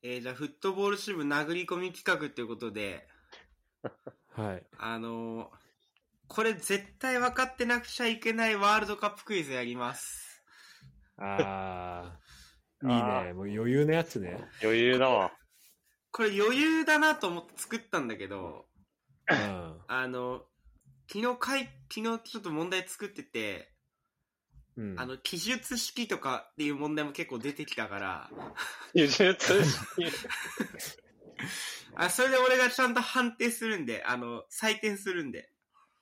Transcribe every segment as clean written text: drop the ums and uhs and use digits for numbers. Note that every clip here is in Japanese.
じゃあフットボール支部殴り込み企画ということで、 はい。 これ絶対分かってなくちゃいけないワールドカップクイズやります。 あー、いいね。もう余裕のやつね。 余裕だわ。 これ余裕だなと思って作ったんだけど、 うん。 昨日ちょっと問題作ってて、 うん、 記述式とかっていう問題も結構出てきたから、 記述式それで俺がちゃんと判定するんで、採点するんで。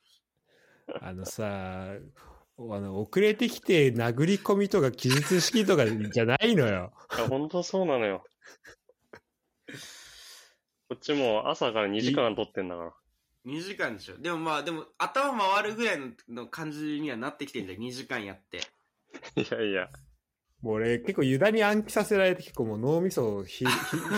さ、遅れてきて殴り込みとか記述式とかじゃないのよ。 いや、ほんとそうなのよ。こっちも朝から2時間撮ってんだから。 2時間でしょ。でも頭回るぐらいの感じにはなってきてんじゃん、2時間やって。 いやいや。 もう俺結構ユダに暗記させられて結構もう脳みそを結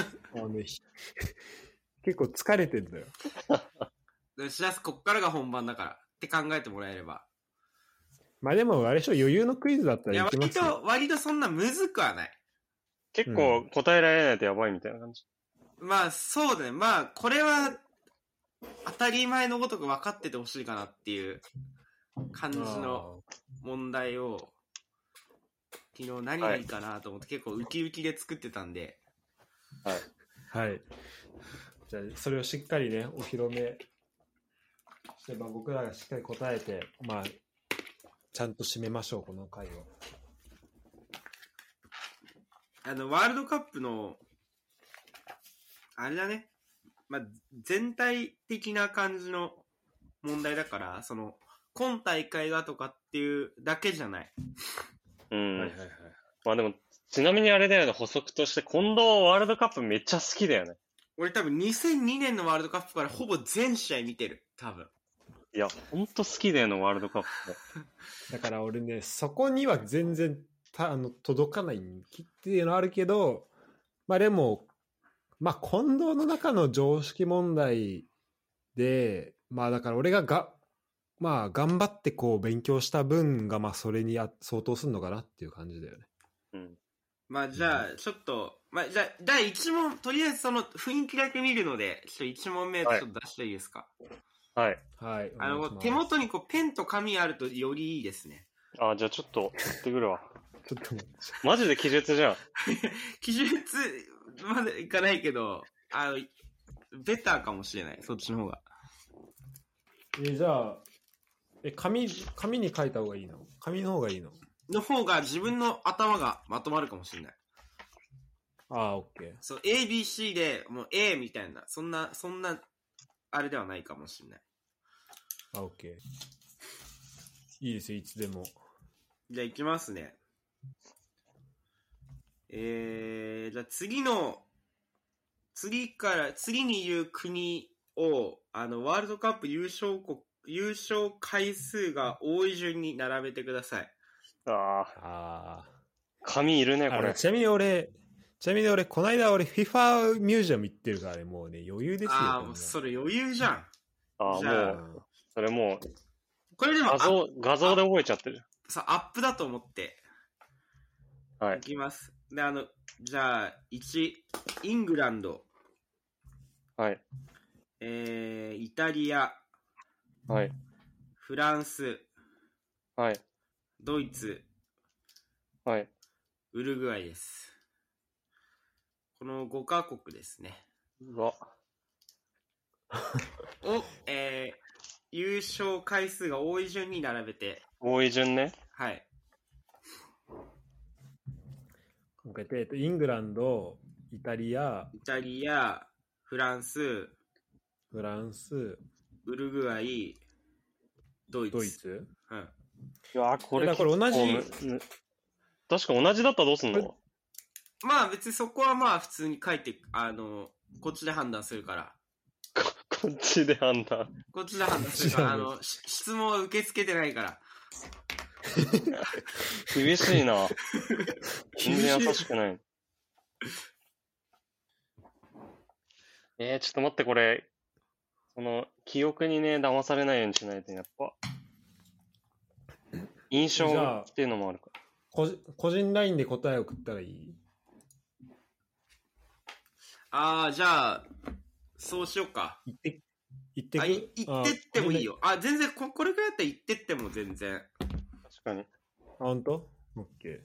構疲れてんだよ。 しらすこっからが本番だからって考えてもらえれば。 まあでもあれでしょ、余裕のクイズだったらいけますよ。 割とそんなむずくはない。 結構答えられないとやばいみたいな感じ。 まあそうだね。まあこれは当たり前のごとく分かっててほしいかなっていう感じの問題を昨日何がいいかなと思って結構ウキウキで作ってたんで。 はい。はい。じゃあそれをしっかりねお披露目して、僕らがしっかり答えて、まあちゃんと締めましょうこの回を。 ワールドカップのあれだね。まあ全体的な感じの問題だから今大会がとかっていうだけじゃない。 うん。 はいはいはい。 まあでもちなみにあれだよね、補足として近藤ワールドカップめっちゃ好きだよね。 俺多分2002年のワールドカップからほぼ全試合見てる多分。 いやほんと好きだよねワールドカップだから俺ねそこには全然届かないっていうのはあるけど、まあでもまあ近藤の中の常識問題で、まあだから俺がまあ頑張ってこう勉強した分がまあそれに相当するのかなっていう感じだよね。 うん。 まあじゃあちょっと、まあじゃあ第1問とりあえずその雰囲気だけ見るのでちょっと1問目ちょっと出していいですか。 はいはい。 手元にこうペンと紙あるとよりいいですね。 あ、じゃあちょっと持ってくるわ。 ちょっとマジで記述じゃん。 記述までいかないけどベターかもしれないそっちの方が。 じゃあ紙に書いた方がいいの？紙の方がいいの？ の方が自分の頭がまとまるかもしれない。 ああ、オッケー。 そう ABC でもう A みたいなそんなあれではないかもしれない。 あ、オッケー。いいですよいつでも。 じゃあ行きますね。じゃあ次に言う国をワールドカップ優勝回数が多い順に並べてください。 ああ。 紙いるねこれ。 ちなみに俺この間FIFA ミュージアム行ってるからね、もうね余裕ですよ。 ああ、それ余裕じゃん。 ああ、もうそれもうこれでも画像で覚えちゃってる。 さアップだと思って。 はい。 いきます。でじゃあ1イングランド。 はい。 イタリア。 はい。 フランス。 はい。 ドイツ。 はい。 ウルグアイです。この5カ国ですね。 うわ。 を、優勝回数が多い順に並べて。 多い順ね。 はい。 イングランド、イタリア、 フランス、ウルグアイ、ドイツ。うん。 いやこれ同じ。 確か同じだったらどうすんの？ まあ別にそこはまあ普通に書いてこっちで判断するから。 こっちで判断するから質問は受け付けてないから。 厳しいな。全然優しくない。ちょっと待って、これ記憶にね騙されないようにしないとやっぱ印象っていうのもあるから。 個人ラインで答えを送ったらいい？ じゃあ、そうしようか。 行ってく。 行ってってもいいよ。全然これくらいだったら行ってっても全然。 確かに。 ほんと？オッケー。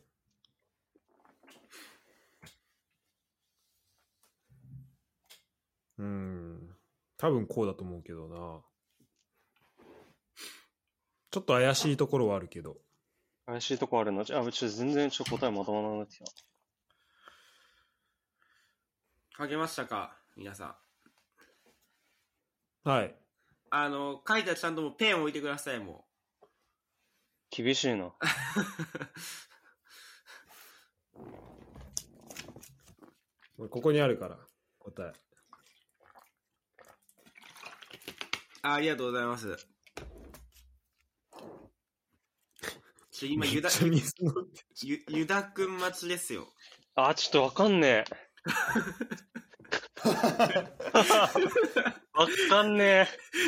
多分こうだと思うけどな。ちょっと怪しいところはあるけど。 怪しいとこあるの？全然答えまとまらなくてき書けましたか皆さん。はい。 書いたらちゃんともうペン置いてください、もた。厳しいな。 ここにあるから、答え。 ありがとうございます。今、ユダくん待ちですよ。 ちょっとわかんねえ。わかんね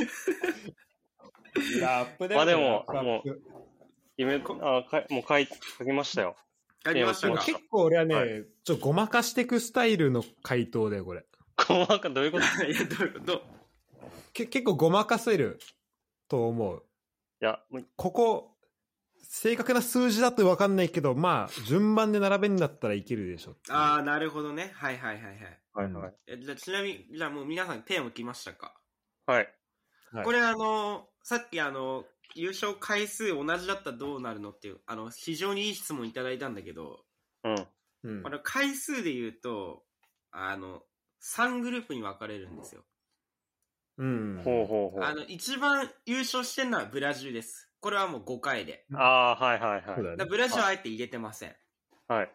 え。 ラップででも、もう、もう書きましたよ。 書きましたか。 結構俺はね、 はいちょっとごまかしていくスタイルの回答で、これ。 どういうこといや、どういうこと結構ごまかせると思う。 いや、もうここ、正確な数字だと分かんないけど、まあ、順番で並べんだったらいけるでしょ。 なるほどね。はい。 はいはい。 じゃあちなみに、じゃあもう皆さんペン置きましたか？ はい。 はいこれさっき優勝回数同じだったらどうなるのっていう、非常にいい質問いただいたんだけど、 うん。 回数で言うと、3グループに分かれるんですよ。 ほう。 一番優勝してるのはブラジルです。これはもう5回で。 はいはいそうだね。 だからブラジルはあえて入れてません。 はい。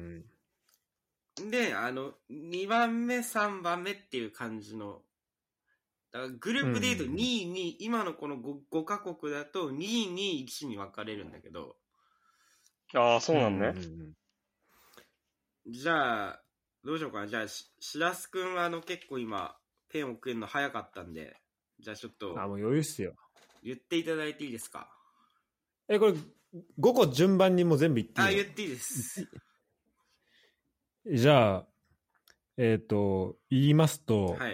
で、2番目、3番目っていう感じの、だからグループで言うと2位に、今のこの 5カ国だと2位に1に分かれるんだけど、 そうなんね。 じゃあ、どうしようかな。じゃあ、しらすくんは結構今、ペンをくれるの早かったんで、じゃあちょっと、 もう余裕っすよ。 言っていただいていいですか？ これ、5個順番にもう全部言っていいの？ 言っていいです。 じゃあ、言いますと、 はい。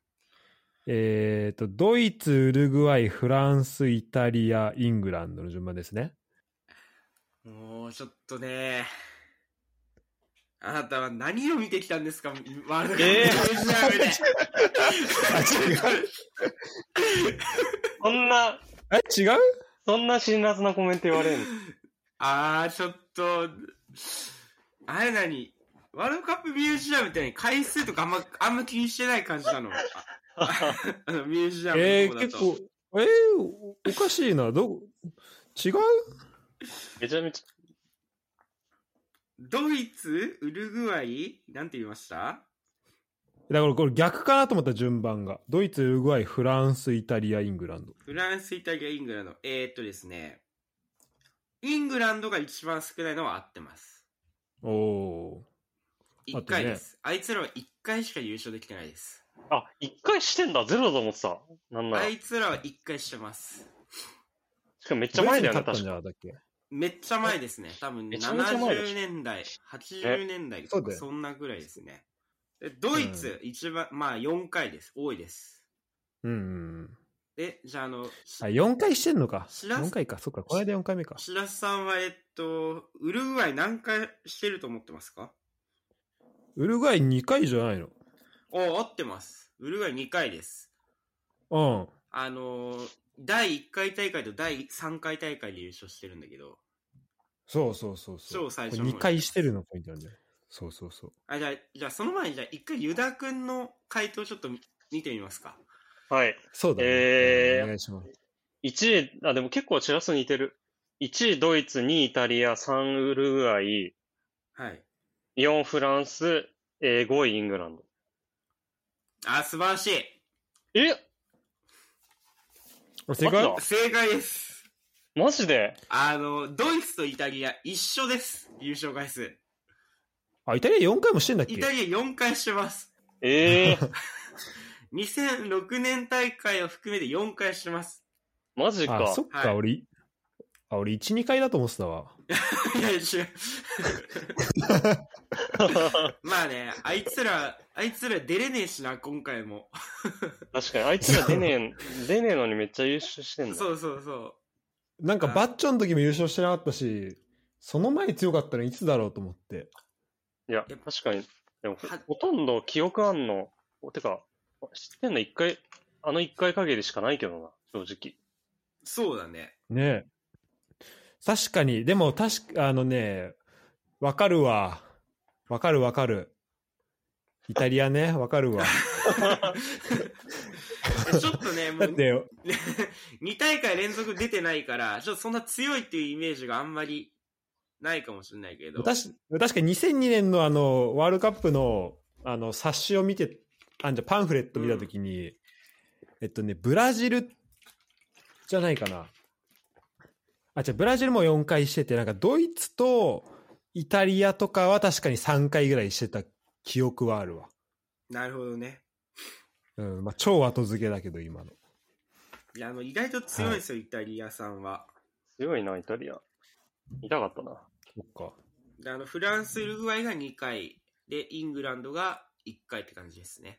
ドイツ、ウルグアイ、フランス、イタリア、イングランドの順番ですね。 もうちょっとね、あなたは何を見てきたんですか、ワールドカップで。 そんな、 違う？ そんな辛辣なコメント言われるの？ ちょっと、ワールドカップミュージアムみたいに回数とかあんま気にしてない感じなの。ミュージアムの方だと。 結構、おかしいな。違う？ めちゃめちゃ。 ドイツ、ウルグアイ、なんて言いました？ だからこれ逆かなと思った順番が。ドイツ、ウルグアイ、フランス、イタリア、イングランド。 フランス、イタリア、イングランド。ですね、イングランドが一番少ないのは合ってます。 1 回です。あいつらは1回しか優勝できてないです。 1回してんだ。ゼロだと思ってた。なんなら。 あいつらは1回してます。 しかもめっちゃ前だよね、確か。 めっちゃ前ですね。多分70年代、80年代とかそんなぐらいですね。ドイツ、一番、4回です。多いです。で、じゃあ 4回してんのか。4回か。そっか。この間4回目か。 白洲さんは、ウルグアイ何回してると思ってますか？ ウルグアイ2回じゃないの？ 合ってます。ウルグアイ2回です。第1回大会と第3回大会で優勝してるんだけど。 そう。 超最初の 2回してるのポイントなんだよ。そう。 じゃあその前に一回ユダ君の回答ちょっと見てみますか。 はい。 そうだね。お願いします。 1位、でも結構チラス似てる。1位ドイツ、2位イタリア、3位ウルグアイ、 はい。 4位フランス、5位イングランド。 素晴らしい。 正解？ 正解です。 マジで？ ドイツとイタリア一緒です。優勝回数。 イタリア4回もしてんだっけ？ イタリア4回してます。2006年大会を含めて4回してます。 マジか。 そっか、俺、 あ、俺1、2回だと思ってたわ。 いや、違う。まあね、あいつら出れねえしな、今回も。 確かに、あいつら出ねえのにめっちゃ優勝してんだ。 そうそうそう。 なんかバッチョの時も優勝してなかったし、その前強かったのいつだろうと思って。 いや、確かに。でも、ほとんど記憶あんの、てか、知ってんの一回、あの一回限りしかないけどな、正直。 そうだね。 ねえ。確かに、でもわかるわ。わかる。イタリアね、わかるわ。 ちょっとね、もうだって 2大会連続出てないから、ちょっとそんな強いっていうイメージがあんまりないかもしれないけど。 確か2002年のワールドカップの冊子を見て、パンフレット見たときに、ブラジルじゃないかな。ブラジルも4回してて、なんかドイツとイタリアとかは確かに3回ぐらいしてた記憶はあるわ。 なるほどね。 まあ、超後付けだけど、今の。 いや、意外と強いですよ、イタリアさんは。 強いな、イタリア。痛かったな。 そっか。 でフランス、ウルグアイが2回、で、イングランドが1回って感じですね。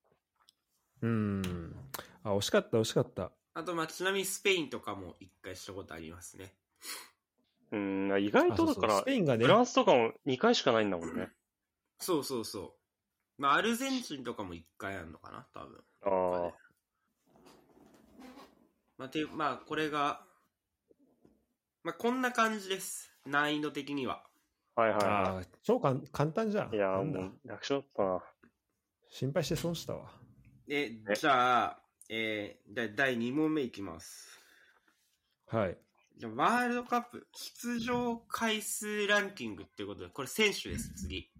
惜しかった。 あと、ちなみにスペインとかも1回したことありますね。 意外とだから、 スペインがね、 フランスとかも2回しかないんだもんね。 そう。アルゼンチンとかも1回あるのかな、多分。これが、こんな感じです。難易度的には。 はい。 超簡単じゃん。 いや、もう楽勝だったな。 心配して損したわ。 じゃあ、第2問目いきます。 はい。 じゃあワールドカップ出場回数ランキングっていうことで、これ選手です、次。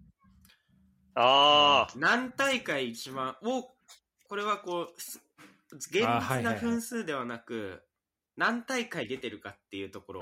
何大会一番これは厳密な分数ではなく、何大会出てるかっていうところ。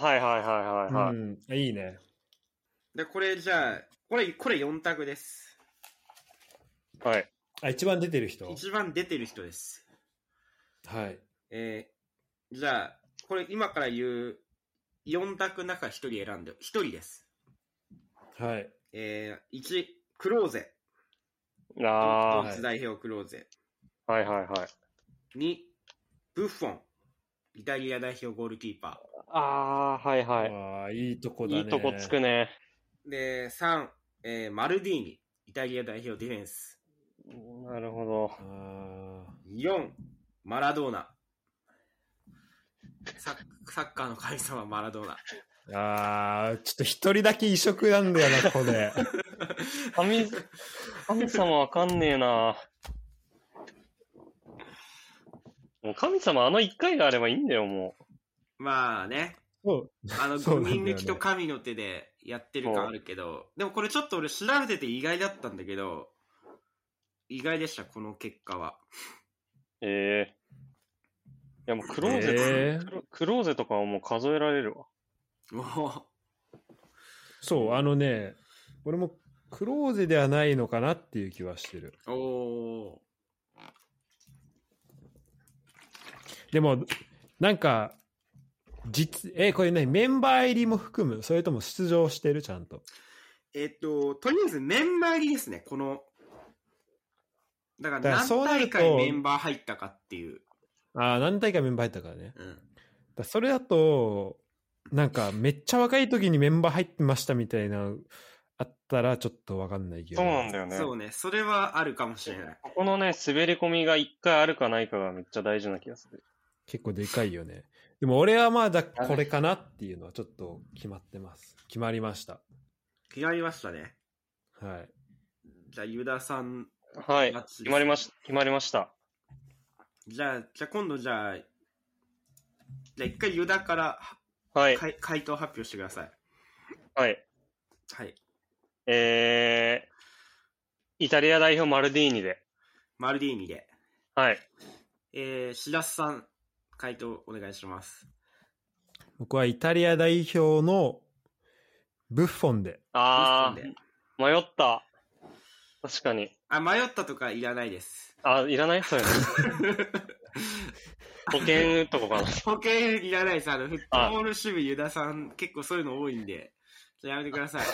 いいね。 で、これじゃあ、これ4択です。 はい。 一番出てる人？ 一番出てる人です。 はい。 じゃあ、これ今から言う4択の中1人選んで、1人です。 はい。 1、クローゼ。ドイツ代表クローゼ。2、ブッフォン。イタリア代表ゴールキーパー。 いいとこだね。 いいとこつくね。 で、3、マルディーニ。イタリア代表ディフェンス。 なるほど。 4、マラドーナ。サッカーの神様マラドーナ。 ちょっと一人だけ異色なんだよな、ここで。 神様わかんねえな。もう神様1回があればいいんだよ、もう。まあね。5人抜きと神の手でやってる感あるけど、でもこれちょっと俺調べてて意外だったんだけど、意外でした、この結果は。 いやもうクローゼとかはもう数えられるわ。 そう、俺もクローゼではないのかなっていう気はしてる。でも、なんか、これね、メンバー入りも含む？それとも出場してる？ちゃんと。 とりあえずメンバー入りですね、この。だから何大会メンバー入ったかっていう。 何大会メンバー入ったからね。それだと、なんかめっちゃ若い時にメンバー入ってましたみたいな、あったらちょっとわかんないけど。 そうなんだよね。 そうね、それはあるかもしれない。 ここのね、滑り込みが1回あるかないかがめっちゃ大事な気がする。 結構でかいよね。でも俺はまだこれかなっていうのはちょっと決まってます。決まりました。 決まりましたね。 はい。 じゃあユダさん。 はい。決まりました。 じゃあ今度じゃあ一回ユダから回答発表してください。 はい。イタリア代表マルディーニで。はい。 白洲さん、回答お願いします。 僕はイタリア代表のブッフォンで。 迷った。確かに。 迷ったとかいらないです。 いらない？そうよね。 保険とかかな。 保険いらないです。フットボール守備ユダさん、結構そういうの多いんで、やめてください。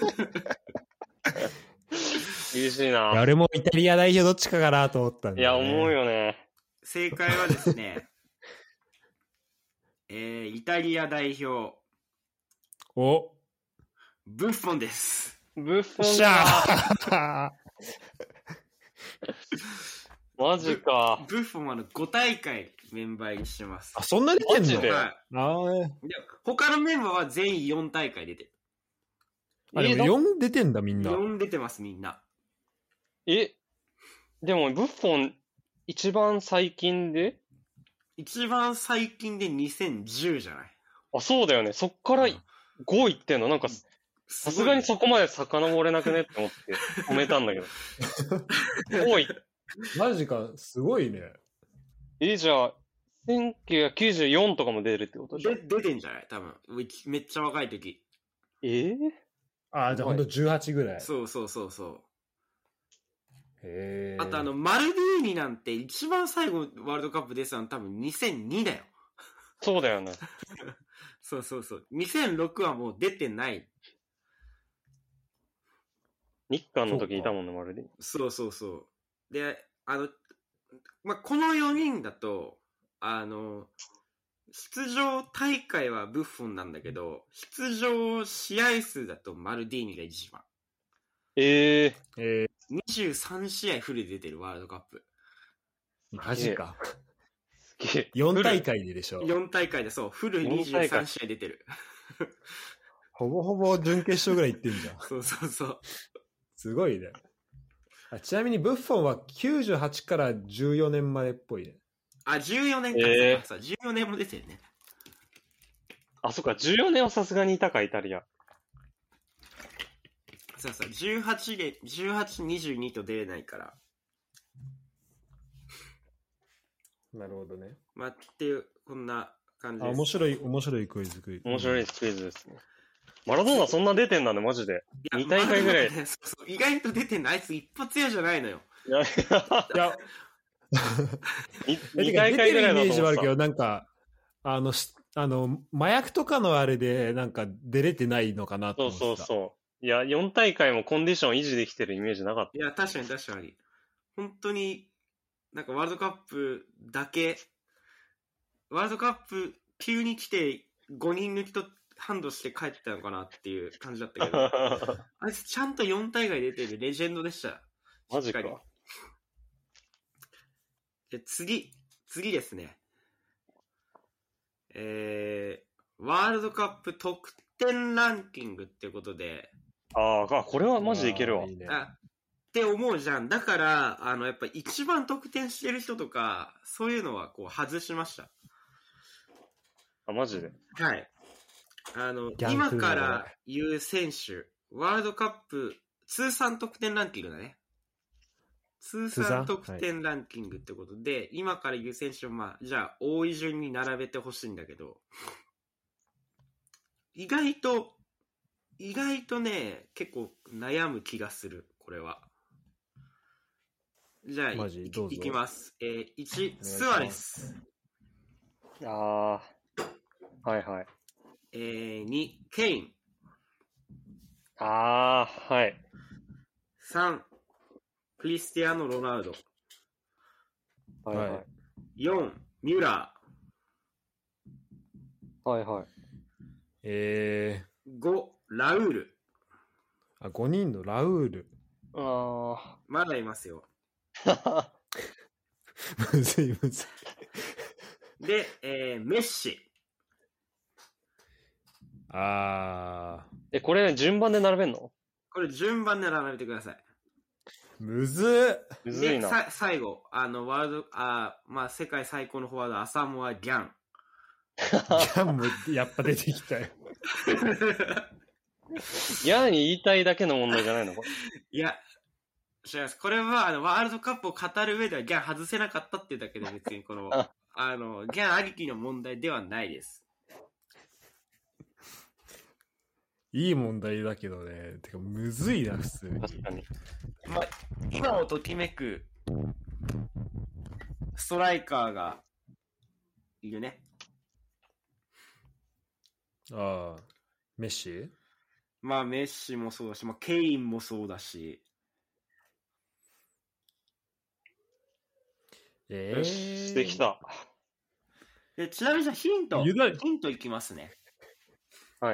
厳しいな。 俺もイタリア代表どっちかかなと思ったんだいや、 よね。 思うよね。 正解はですね、イタリア代表、 おブッフォンです。 ブッフォンしゃだ。 ーマジか。 ブッフォンは5大会メンバー入りしてます。 あ、そんな出てんのマジではい。で他のメンバーは全員4大会出てる。 あ、でも4出てんだ、みんな。 4出てます、みんな。 でも、ブッフォン、一番最近で一番最近で2010じゃない。 あ、そうだよね。そっから5位ってんのなんか、さすがにそこまで遡れなくねって思って止めたんだけど。多い。 マジか、すごいね。 じゃあ、1994とかも出るってことじゃん。 出てんじゃない多分。めっちゃ若い時。 あ、じゃあほんと18ぐらい。 そうそうそうそう。 へあとマルディーニなんて一番最後ワールドカップ出てたの多分2002だよ。 そうだよね。 そうそうそう。2006はもう出てない。 日韓の時いたもんね、まるで。 そうそうそう。で、まあ、この4人だと、出場大会はブッフォンなんだけど、出場試合数だとマルディーニが一番。23試合フルで出てるワールドカップ。 マジか。 すげえ。 4大会でしょ。 4大会でそう、フル23試合出てる。 ほぼほぼ準決勝ぐらい行ってんじゃん。 そうそうそう。 すごいね。ちなみにブッフォンは98から14年までっぽいね。 あ、14年か、さ、14年も出てるね。 あ、そっか、14年はさすがにいたか、イタリア。 そうそう、18、22と出れないから。 なるほどね。 まあ、っていう、こんな感じです。 面白いクイズ。 面白いクイズですね。マラドーナそんな出てんだね、マジで。2大会ぐらい。 そうそう、意外と出てんの、あいつ一発屋じゃないのよ。 いや、2大会会ぐらいだと思ってた。 イメージはあるけど、なんか、麻薬とかのあれで、なんか出れてないのかなと思ってた。 そう。いや、4大会もコンディション維持できてるイメージなかった。 いや、確かに。本当に、なんかワールドカップだけ、ワールドカップ急に来て5人抜きとハンドして帰ったのかなっていう感じだったけど、あいつちゃんと4大会出てるレジェンドでした。 マジか。 で、次ですね。ワールドカップ得点ランキングってことで。 これはマジでいけるわ。 いいね、って思うじゃん。だから、やっぱ一番得点してる人とか、そういうのはこう外しました。 マジで。 はい。今から言う選手、ワールドカップ通算得点ランキングだね。通算得点ランキングってことで、はい、今から言う選手をじゃあ多い順に並べてほしいんだけど、意外とね、結構悩む気がする、これは。じゃあ、いきます。1、スアレス。 はいはい。 2、ケイン。 はい。 3、クリスティアーノ・ロナウド。 はい。 4、ミュラー。はいはい。 5、ラウール。 5人のラウール。 まだいますよ。 むずい。 で、メッシ。 これ順番で並べんの？ これ順番で並べてください。 むずいな。 最後、ワールド、世界最高のフォワード、アサモア・ギャン。 ギャンもやっぱ出てきたよ。 ギャンに言いたいだけの問題じゃないの？ いや、違います。これはワールドカップを語る上ではギャン外せなかったっていうだけで別にこの、ギャンありきの問題ではないです。 いい問題だけどね。てか、むずいな、普通に。 確かに。 今をときめくストライカーがいるね。 ああ、メッシ。 まあメッシもそうだし、まあ、ケインもそうだし。 よし、できた。 でちなみにじゃあヒントいきますね。 はい。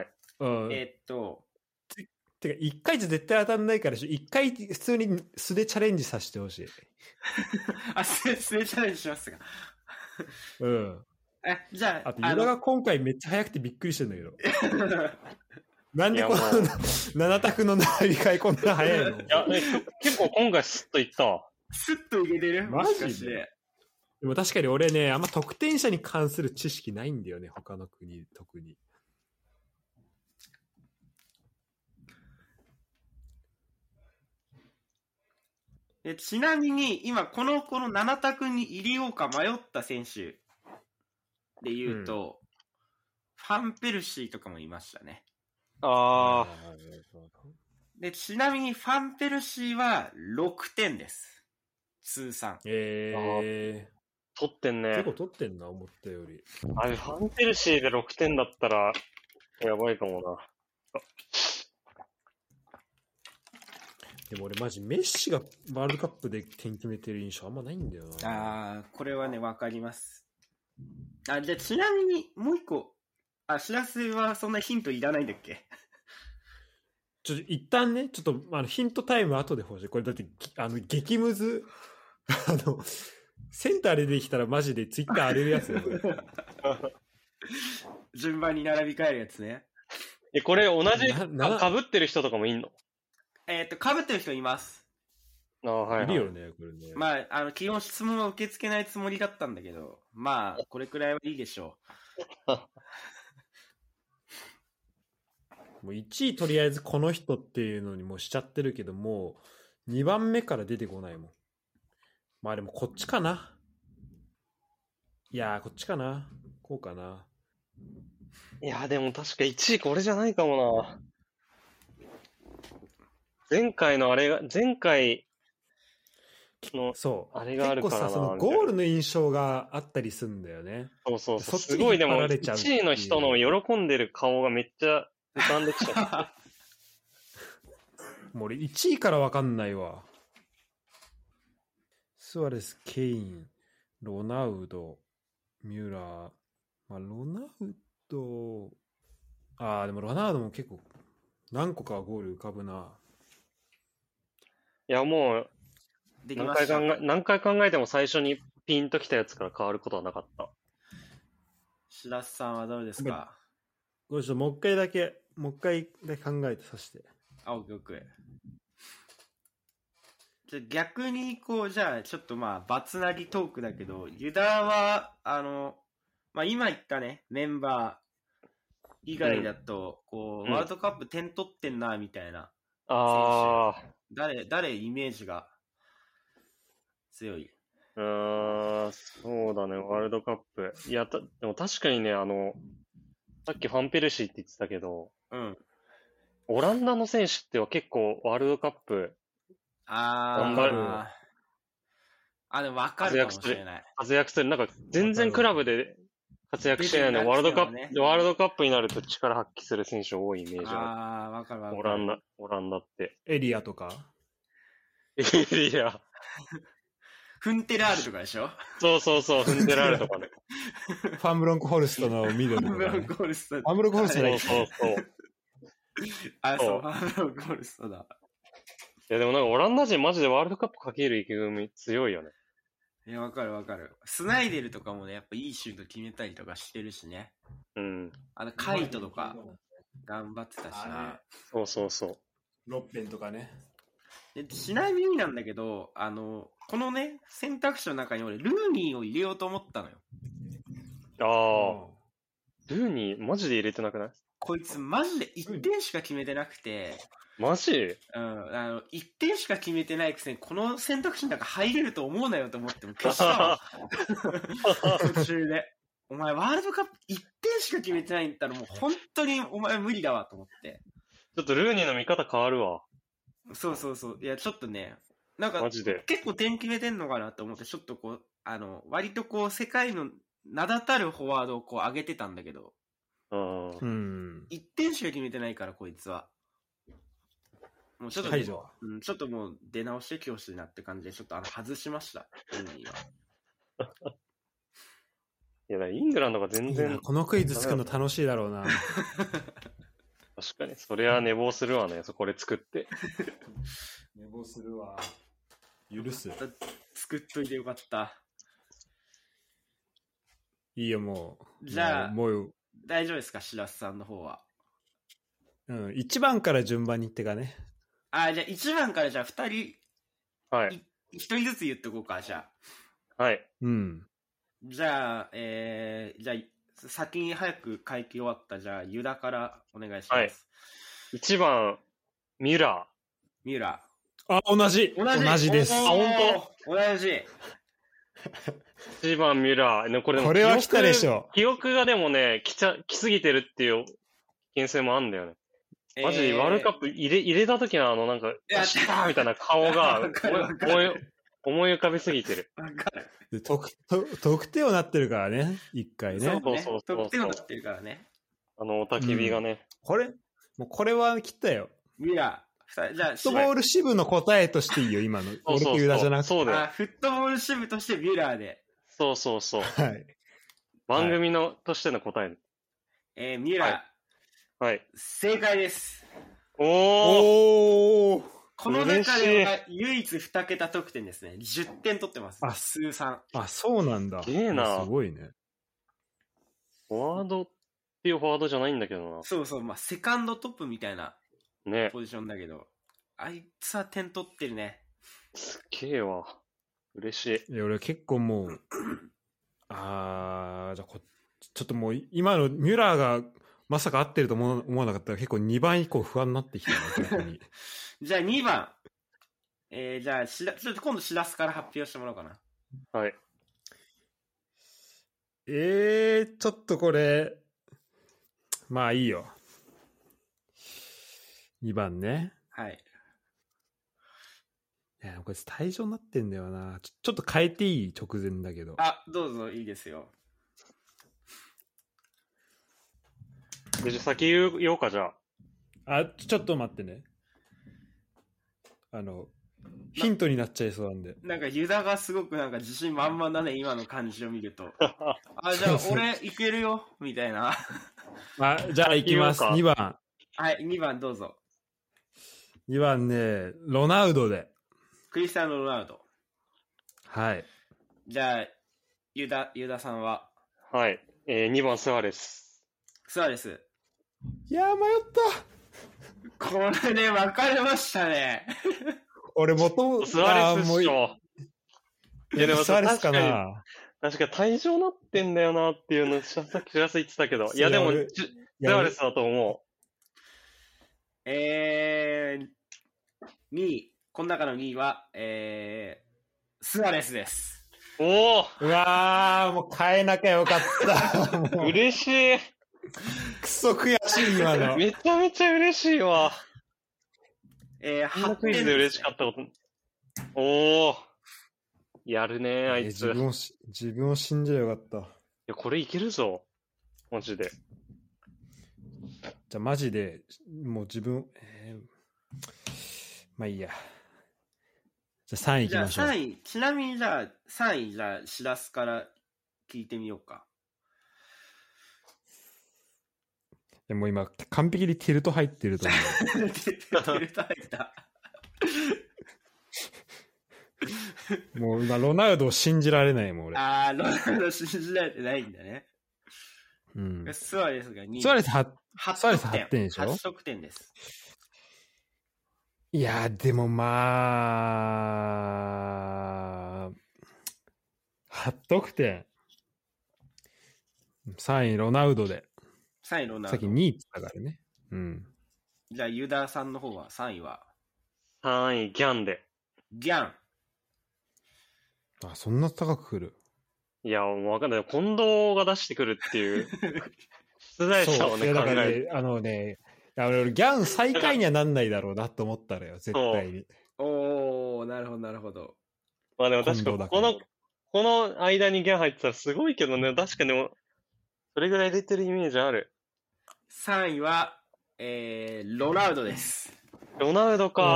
てか1回じゃ絶対当たんないから1回普通に素でチャレンジさせてほしい。 あ、素でチャレンジしますか。 うん。 じゃあ、 あとユダが今回めっちゃ早くてびっくりしてんだけど。なんでこの7択の並び替えこんな早いの？ いや、結構今回スッといったわ。 スッといけてる？ マジで？でも確かに俺ね、あんま得点者に関する知識ないんだよね、他の国特に。 ちなみに今この7択に入れようか迷った選手で言うと、ファンペルシーとかもいましたね。 ああ。 でちなみにファンペルシーは6点です。通算。 取ってんね。 結構取ってんな、思ったより。 あれ、ファンペルシーで6点だったら、やばいかもな。 でも俺マジメッシがワールドカップで点決めてる印象あんまないんだよな。これはね、わかります。じゃあちなみにもう一個、しらすはそんなヒントいらないんだっけ？ 一旦ね、ちょっとヒントタイム後で欲しい。これだって激ムズセンターでできたらマジでツイッター荒れるやつよ。 順番に並び替えるやつね。 これ同じかぶってる人とかもいんの？ かぶってる人います。 いるよね、これね。 まあ、基本質問は受け付けないつもりだったんだけど、まあ、これくらいはいいでしょう。もう1位とりあえずこの人っていうのにもうしちゃってるけど、もう2番目から出てこないもん。まあでもこっちかな。いやー、こっちかな。こうかな。 いや、でも確か1位これじゃないかもな。前回のそうあれがあるからな。 結構さ、そのゴールの印象があったりするんだよね。 そう。すごい、でも1位の人の喜んでる顔がめっちゃ浮かんできちゃう。もう俺1位から分かんないわ。スアレス、ケイン、ロナウド、ミュラー。まあ、ロナウド、でもロナウドも結構何個かゴール浮かぶな。 いや、もう、何回考えても最初にピンときたやつから変わることはなかった。 白洲さんはどうですか？ もう一回だけ考えてさせて。 オッケー。じゃ逆にじゃあちょっとバツナギトークだけど、ユダは今言ったねメンバー以外だとワールドカップ点取ってんなみたいな選手、誰イメージが強い？ そうだね、ワールドカップ。いや、でも確かにね、さっきファンペルシーって言ってたけど、オランダの選手っては結構ワールドカップ頑張る。 でも分かるかもしれない。 活躍する。なんか全然クラブで活躍してないのに、ワールドカップになると力発揮する選手多いイメージある。 分かる。 オランダって。 エリアとかエリア。 フンテラールとかでしょ？ そう、フンテラールとかね。 ファンブロンクホルストのミドルとか、ね。ファンブロンクホルスト。ファンブロンクホルストだ。 そう。 ファンブロンクホルストだ。 いや、でもなんかオランダ人マジでワールドカップかける意気込み強いよね。 いや、わかる。スナイデルとかもね、やっぱいいシュート決めたりとかしてるしね。カイトとか頑張ってたしな。 そう。 ロッペンとかね。 でちなみになんだけど、このね、選択肢の中に俺、ルーニーを入れようと思ったのよ。ルーニー、マジで入れてなくない？ こいつ、マジで1点しか決めてなくて。 マジ ？1点しか決めてないくせに、この選択肢の中入れると思うなよと思っても消したわ。途中で。お前、ワールドカップ1点しか決めてないんだったら、もう本当にお前無理だわと思って。 ちょっとルーニーの見方変わるわ。 そう。いや、ちょっとね、なんか、 マジで結構点決めてんのかなと思って、ちょっと割と世界の名だたるフォワードをこう上げてたんだけど、 うん。 1点しか決めてないから、こいつは。もうちょっと、 解除ちょっともう出直して教師なって感じで、ちょっと外しました、インニーは。 いや、だからイングランドが全いい然な、このクイズ作るの楽しいだろうな。 確かに、そりゃ寝坊するわね、これ作って。 寝坊するわ。許す。 作っといてよかった。 いいよ、もう。 じゃあ、 もう大丈夫ですか、白洲さんの方は。 うん、1番から順番にいってかね。 じゃあ1番からじゃあ2人、 はい。 1人ずつ言っておこうか、じゃはい。 うん。 じゃあ、じゃあ、先に早く会期終わった、じゃあ、ユダからお願いします。 はい。1番、ミュラミュラあ、同じです。 本当同じ。 1番、ミュラー。これでもこれは来たでしょ。 記憶がでもね、来すぎてるっていう危険性もあるんだよね。マジでワールドカップ入れた時のなんか、シャーみたいな顔が思い浮かべすぎてる。 得点をなってるからね、一回ね。 そう。 得点をなってるからね。 おたき火がね。 これは切ったよ。 ミュラー。じゃあ、 フットボール支部の答えとしていいよ、今の。俺とユダじゃなくて。 そうだよ。 フットボール支部としてミュラーで。 そう。 はい。 番組としての答え。ミュラー。はい。 正解です。 おー。 この中では唯一2桁得点ですね。10点取ってます。通算。 そうなんだ。 すげえな。 すごいね。 フォワードっていうフォワードじゃないんだけどな。 そう、セカンドトップみたいなねポジションだけど、あいつは点取ってるね。 すっげえわ。嬉しい。 いや、俺結構もう、じゃあちょっともう今のミュラーがまさか合ってると思わなかったら結構2番以降不安になってきたな、逆に。 じゃあ2番。じゃあちょっと今度しらすから発表してもらおうかな。 はい。 ちょっとこれ、まあいいよ。2番ね。 はい。 いや、これ退場になってんだよな。ちょっと変えていい？直前だけど。 どうぞ、いいですよ。 じゃあ先言おうか、じゃあ。ちょっと待ってね。ヒントになっちゃいそうなんで。 なんかユダがすごくなんか自信満々だね、今の感じを見ると。じゃあ俺いけるよみたいな。 じゃあ行きます。2番。 はい、2番どうぞ。 2番ね、ロナウドで。 クリスティアーノ・ロナウド。 はい。 じゃあ、ユダさんは。 はい。2番スアレス。 スアレス。 いやー、迷った。 これね、分かれましたね。 俺スアレスっしょ。 いや、でもスアレスかな。 確か退場なってんだよなっていうの、さっき知らせ言ってたけど。いや、でも、スアレスだと思う。2位。この中の2位は、スアレスです。 おお。 うわー、もう変えなきゃよかった。 嬉しい。 クソ悔しい、今の。 めちゃめちゃ嬉しいわ。 8 クイズで嬉しかったこと。おお。やるね、あいつ。 自分を信じればよかった。いや、これいけるぞ。マジで。 じゃあ、マジで、もう自分、まあいいや。じゃあ3位いきましょう。 じゃあ3位、ちなみにじゃあ3位、じゃあしらすから聞いてみようか。 でも今、完璧にテルト入ってると思う。 テルト入った。 もう今、ロナウドを信じられないもん、俺。 ロナウド信じられてないんだね。 うん。 スアレスが2位。 スアレス8点でしょ ?8 得点です。 いやー、でもまあ、8得点。3位、ロナウドで。 3位、ロナウド。 さっき2位って言ったからね。うん。 じゃあ、ユダさんの方は、3位は ?3 位、ギャンで。 ギャン。 そんな高くくる。 いや、もうわかんない。近藤が出してくるっていう、出題者をね、 考える。俺、ギャン最下位にはなんないだろうなと思ったのよ、絶対に。 おー、なるほど、なるほど。 まあでも確か、ここの間にギャン入ってたらすごいけどね。確かにでも、それぐらい入れてるイメージある。 3位は、ロナウドです。 ロナウドか。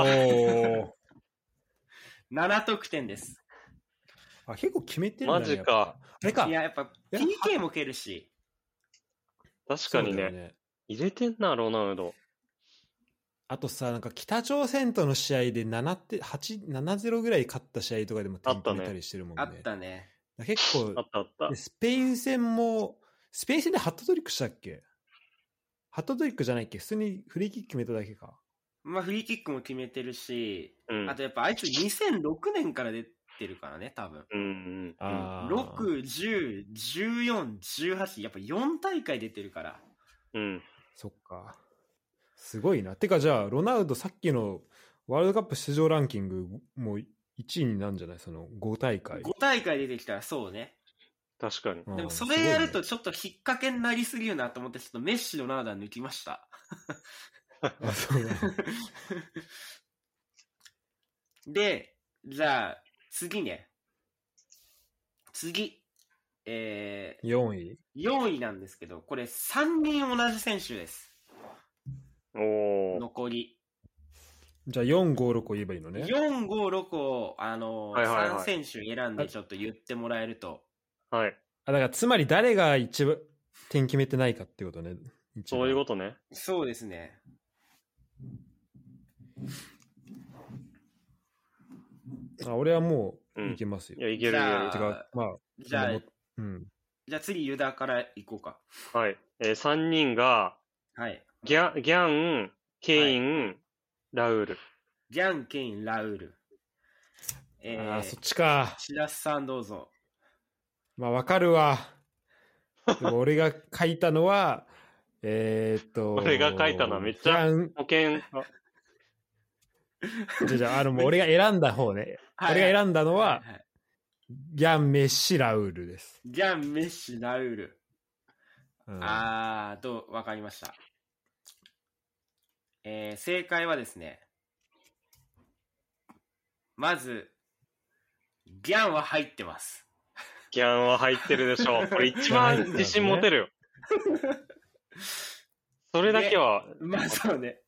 7得点です。 あ、結構決めてるんだね。 マジか。 あれか。 いや、やっぱ PK も蹴るし。 確かにね。入れてんな、ロナウド。 あとさ、なんか北朝鮮との試合で7-0ぐらい勝った試合とかでも点決めたりしてるもんね。 あったね。 結構、 あったスペイン戦でハットトリックしたっけ？ハットトリックじゃないっけ？普通にフリーキック決めただけか。 まあフリーキックも決めてるし、 あとやっぱあいつ2006年から出てるからね、多分。6、10、14、18、やっぱ4大会出てるから。 そっか。すごいな。てかじゃあ、ロナウドさっきのワールドカップ出場ランキングもう1位になるんじゃない？その5大会。 5大会出てきたらそうね。 確かに。 でもそれやるとちょっと引っ掛けになりすぎるなと思って、ちょっとメッシ、ロナウドは抜きました。 あ、そうだ。 で、じゃあ、次ね。次。4位なんですけど、これ3人同じ選手です。残り。 じゃあ4、5、6を言えばいいのね。 4、5、6を、3選手選んでちょっと言ってもらえると。 はい。 だからつまり誰が一番点決めてないかってことね。 そういうことね。 そうですね。 俺はもういけますよ。 いや、いけるよ。 じゃあ次ユダからいこうか。 はい。3人が、 はい。 ギャン、ケイン、ラウール。 ギャン、ケイン、ラウール。 そっちか。 白洲さんどうぞ。 まあわかるわ。でも俺が書いたのは、 俺が書いたのはめっちゃ保険。 じゃあもう俺が選んだ方ね。俺が選んだのは、ギャン、メッシ、ラウールです。 ギャン、メッシ、ラウール。わかりました。正解はですね、まず、ギャンは入ってます。 ギャンは入ってるでしょう。これ一番自信持てるよ。それだけは。 まあそうね。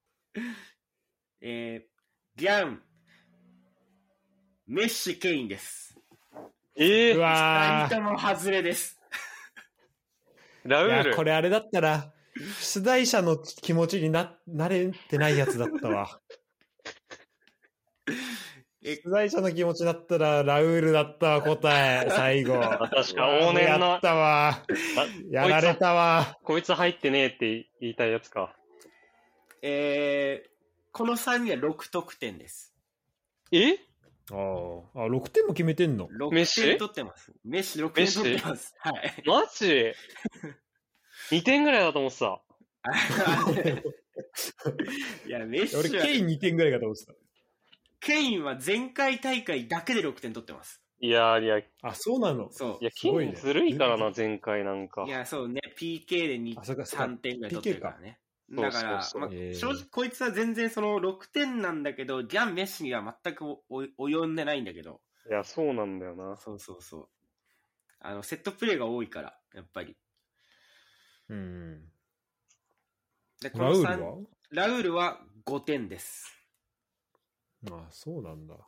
ギャン、メッシ、ケインです。 うわ 2人とも外れです。 ラウール。 いや、これあれだったら、出題者の気持ちになれてないやつだったわ。出題者の気持ちだったら、ラウールだったわ、答え、最後。 確か、往年の。 やったわ。やられたわ。 こいつ入ってねえって言いたいやつか。 この3人は6得点です。 6点も決めてんの？ 6 点取ってます。メッシ6点取ってます。はい。 マジ ?2 点ぐらいだと思ってた。 いや、メッシは。 俺、ケイン2点ぐらいかと思ってた。 ケインは前回大会だけで6点取ってます。 いや、 そうなの？ そう。 いや、ケインずるいからな、前回なんか。 いや、そうね、PK で3点ぐらい取ってるからね。だから、正直こいつは全然その6点なんだけど、ギャン・メッシには全く及んでないんだけど。 いや、そうなんだよな。 そう。セットプレーが多いから、やっぱり。でラウールは？ ラウールは5点です。 そうなんだ。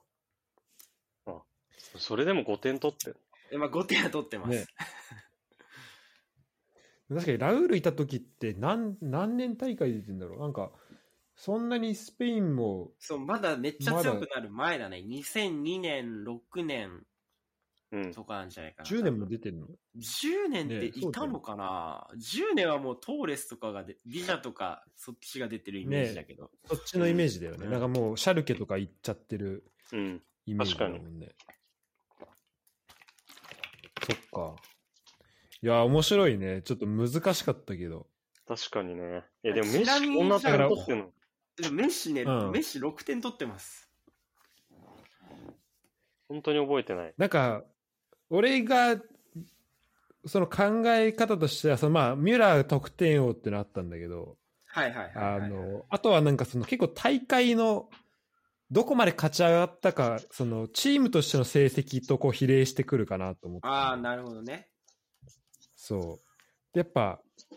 それでも5点取ってる。 5点は取ってます。ね、 確かにラウールいた時って何年大会出てんだろう。なんかそんなにスペインもまだめっちゃ強くなる前だね。2002年6年とかなんじゃないかな。 10年も出てんの？ 10年っていたのかな、10年はもうトーレスとかがビジャとかそっちが出てるイメージだけど、 そっちのイメージだよね、なんかもうシャルケとか行っちゃってるイメージだもんね。そっか。いや、面白いね。ちょっと難しかったけど。 確かにね。でもメッシこんな点取ってんの？ でもメッシね、メッシ6点取ってます。 本当に覚えてない。 なんか、俺が、その考え方としては、ミュラー得点王ってのあったんだけど、あとはなんか結構大会のどこまで勝ち上がったか、そのチームとしての成績とこう比例してくるかなと思って。 ああ、なるほどね。 そう。やっぱ、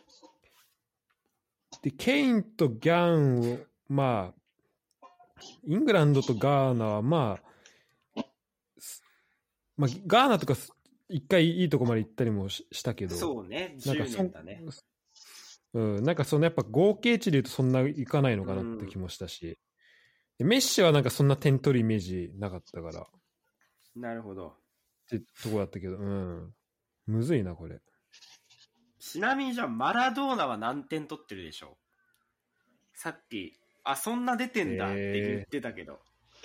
で、ケインとギャンを、まあ、イングランドとガーナは、まあ、ガーナとか一回いいとこまで行ったりもしたけど、 そうね、 なんか 10年だね。 なんかそのやっぱ合計値で言うとそんないかないのかなって気もしたし、でメッシはなんかそんな点取るイメージなかったから。 なるほど。 ってとこだったけど、むずいな、これ。 ちなみにじゃあ、マラドーナは何点取ってるでしょう？さっき、そんな出てんだって言ってたけど。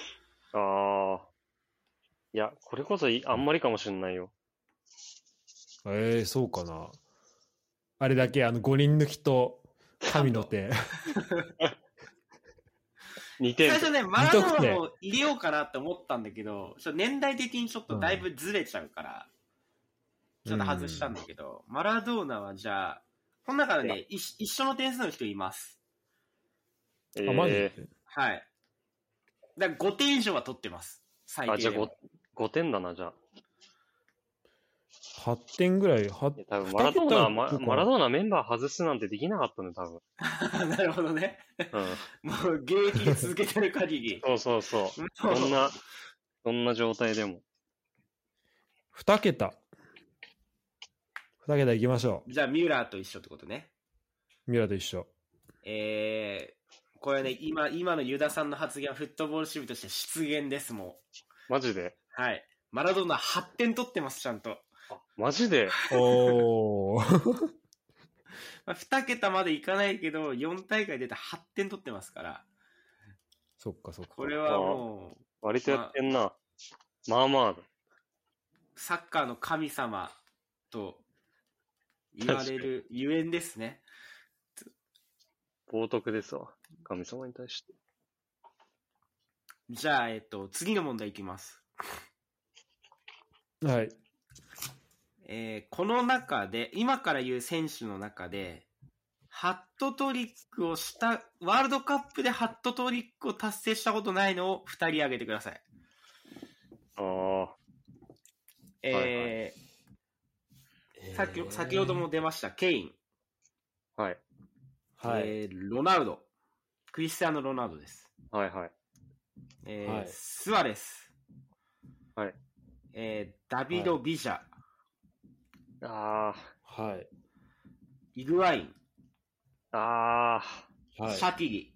いや、これこそあんまりかもしれないよ。 そうかな。あれだけ、5人抜きと、神の手。 2点。 最初ね、マラドーナも入れようかなって思ったんだけど、年代的にちょっとだいぶずれちゃうから、ちょっと外したんだけど、マラドーナはじゃあ、この中でね、一緒の点数の人います。 マジで？ はい。だから5点以上は取ってます。最低でも。 じゃあ 5点だな、じゃあ。 8点ぐらい。 多分マラドーナメンバー外すなんてできなかったね、多分。なるほどね。もう現役続けてる限り。 そう。どんな状態でも。 2桁いきましょう。じゃあ、ミュラーと一緒ってことね。 ミュラーと一緒。 これね、今のユダさんの発言はフットボール支部として出現です、もう。マジで？ はい。マラドーナ8点取ってます、ちゃんと。 マジで？ おー。 2桁までいかないけど、4大会出た8点取ってますから。 そっか。 これはもう。割とやってんな。まあまあ。 サッカーの神様と言われるゆえんですね。 冒涜ですわ。神様に対して。 じゃあ、次の問題いきます。 はい。 この中で、今から言う選手の中で、ハットトリックをした、ワールドカップでハットトリックを達成したことないのを2人挙げてください。先ほども出ました、ケイン。 はい。 ロナウド。クリスティアーノ・ロナウドです。 はい。 スアレス。 はい。 ダビド・ビジャ。 はい。 イグワイン。 はい。 シャティリ。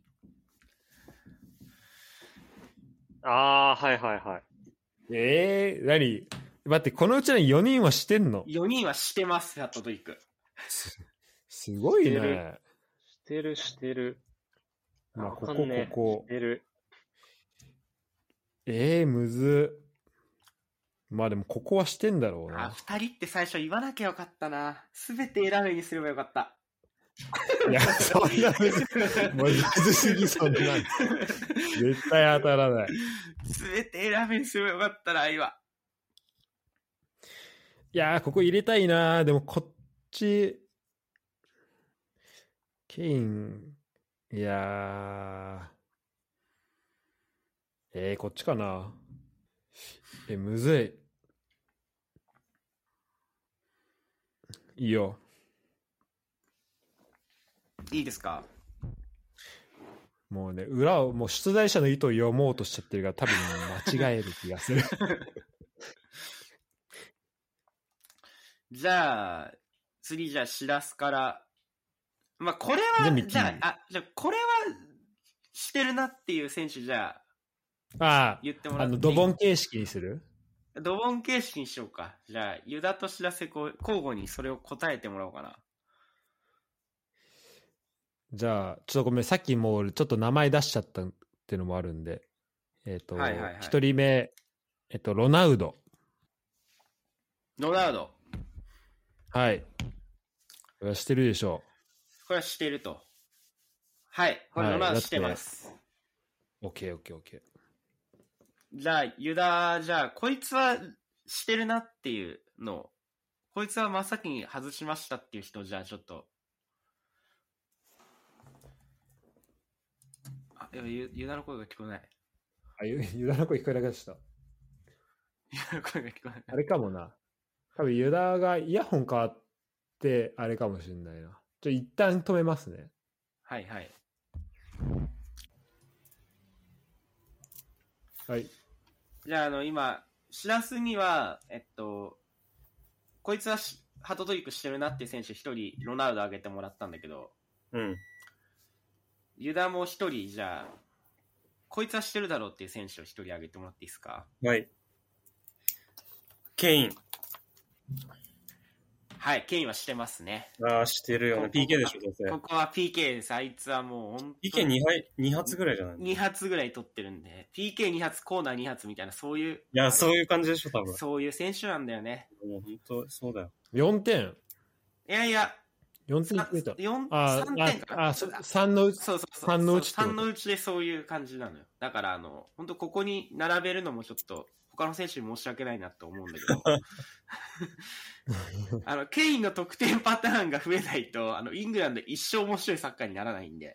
はい。 何？待って、このうちの4人はしてんの ？4人はしてます、ハットトリック。 すごいね。 してる。 まあ、ここ。 してる。 むず。まあでも、ここはしてんだろうな。 2人って最初言わなきゃよかったな。すべて選べにすればよかった。 いや、そんなむずすぎ、そんな。絶対当たらない。 すべて選べにすればよかったな、今。 いやー、ここ入れたいな。でも、こっち、ケイン、いやー、こっちかな。むずい。いいよ。 いいですか？ もうね、もう出題者の意図を読もうとしちゃってるから、多分間違える気がする。 じゃあ、次じゃあ、しらすから。まあ、これは、じゃあ、これは、してるなっていう選手じゃあ、言ってもらっていい？ ドボン形式にする？ ドボン形式にしようか。じゃあ、ユダとしらせ交互にそれを答えてもらおうかな。 じゃあ、ちょっとごめん、さっきもうちょっと名前出しちゃったっていうのもあるんで、1人目、ロナウド。はい。これはしてるでしょう。これはしてると。はい。これロナウドしてます。 OK。 じゃあ、ユダ、こいつはしてるなっていうのを、こいつは真っ先に外しましたっていう人、じゃあちょっと。ユダの声が聞こえない。 ユダの声聞こえなくなっちゃった。 ユダの声が聞こえない。 あれかもな。多分ユダがイヤホン変わってあれかもしれないな。一旦止めますね。 はいはい。 はい。 じゃあ今、しらすには、こいつはハットトリックしてるなっていう選手一人、ロナウド挙げてもらったんだけど、 うん。 ユダも一人、じゃあ、こいつはしてるだろうっていう選手を一人挙げてもらっていいですか？ はい。ケイン。 はい、ケインはしてますね。 ああ、してるよね。PK でしょ、どうせ。 ここは PK です。あいつはもう本当 PK2 発ぐらいじゃない 2発ぐらい取ってるんで、PK2 発、コーナー2発みたいな、そういう。 いや、そういう感じでしょ、多分。 そういう選手なんだよね。 もう本当、そうだよ。 4点。 いやいや、 4点決めた。 3点かな。 3のうち。 そうそうそう。3のうちってこと。3のうちでそういう感じなのよ。だから本当ここに並べるのもちょっと、他の選手に申し訳ないなと思うんだけど。ケインの得点パターンが増えないと、イングランド一生面白いサッカーにならないんで。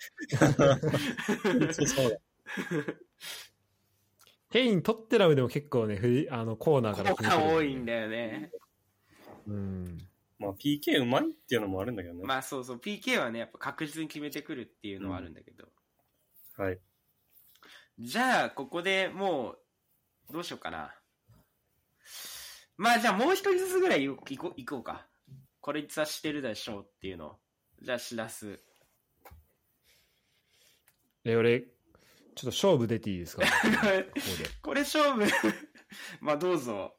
そうだ。 ケイン、トッテナムでも結構ね、コーナーから決めてる、ね。多いんだよね。 うん。 まあ PK うまいっていうのもあるんだけどね。 まあそうそう、PK はね、やっぱ確実に決めてくるっていうのはあるんだけど。 はい。 じゃあ、ここでもう、どうしようかな。まあじゃあもう一人ずつぐらい行こうか。これいつはしてるでしょうっていうのを。じゃあしらす。 俺、ちょっと勝負出ていいですか？ これ勝負。まあどうぞ。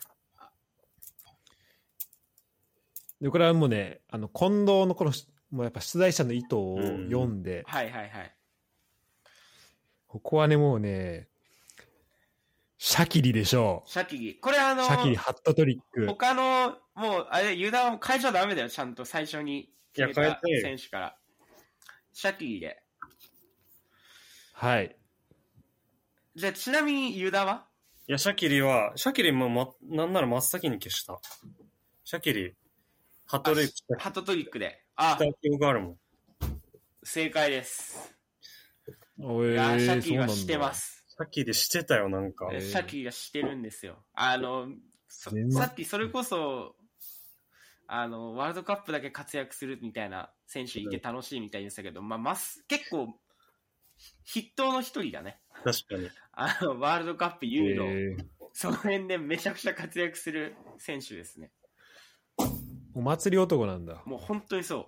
で、これはもうね、近藤のもうやっぱ出題者の意図を読んで、 はいはいはい。 ここはね、もうね、シャキリでしょう。 シャキリ。これシャキリ、ハットトリック。 他の、もう、油断を変えちゃダメだよ、ちゃんと最初に決めた選手から。シャキリで。 はい。 じゃあ、ちなみに油断は？ いや、シャキリも、なんなら真っ先に消した。シャキリ、ハットトリック。 ハットトリックで。 した記憶があるもん。 正解です。 いや、 シャキリはしてます。 シャキリしてたよ、なんか。 シャキリがしてるんですよ。さっきそれこそ、ワールドカップだけ活躍するみたいな選手いて楽しいみたいでしたけど、結構、筆頭の一人だね。 確かに。 ワールドカップ優の、その辺でめちゃくちゃ活躍する選手ですね。 お祭り男なんだ。 もう本当にそう。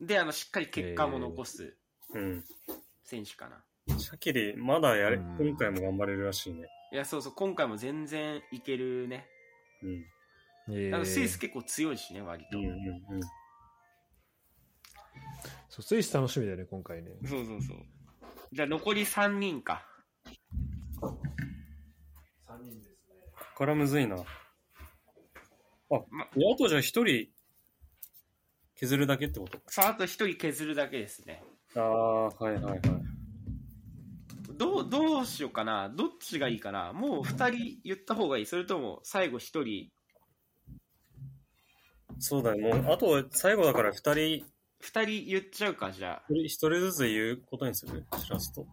で、しっかり結果も残す選手かな。 シャキリ、まだ今回も頑張れるらしいね。 いや、そうそう、今回も全然いけるね。スイス結構強いしね、割と。 そう、スイス楽しみだよね、今回ね。 そう。じゃあ残り3人か。 3人ですね。 ここからむずいな。あとじゃあ1人削るだけってこと？ さあ、あと1人削るだけですね。 はい。 どうしようかな。どっちがいいかな。もう2人言った方がいい。それとも最後1人。 そうだよ。もうあと最後だから2人言っちゃうか、じゃあ。 1人ずつ言うことにする？しらすと。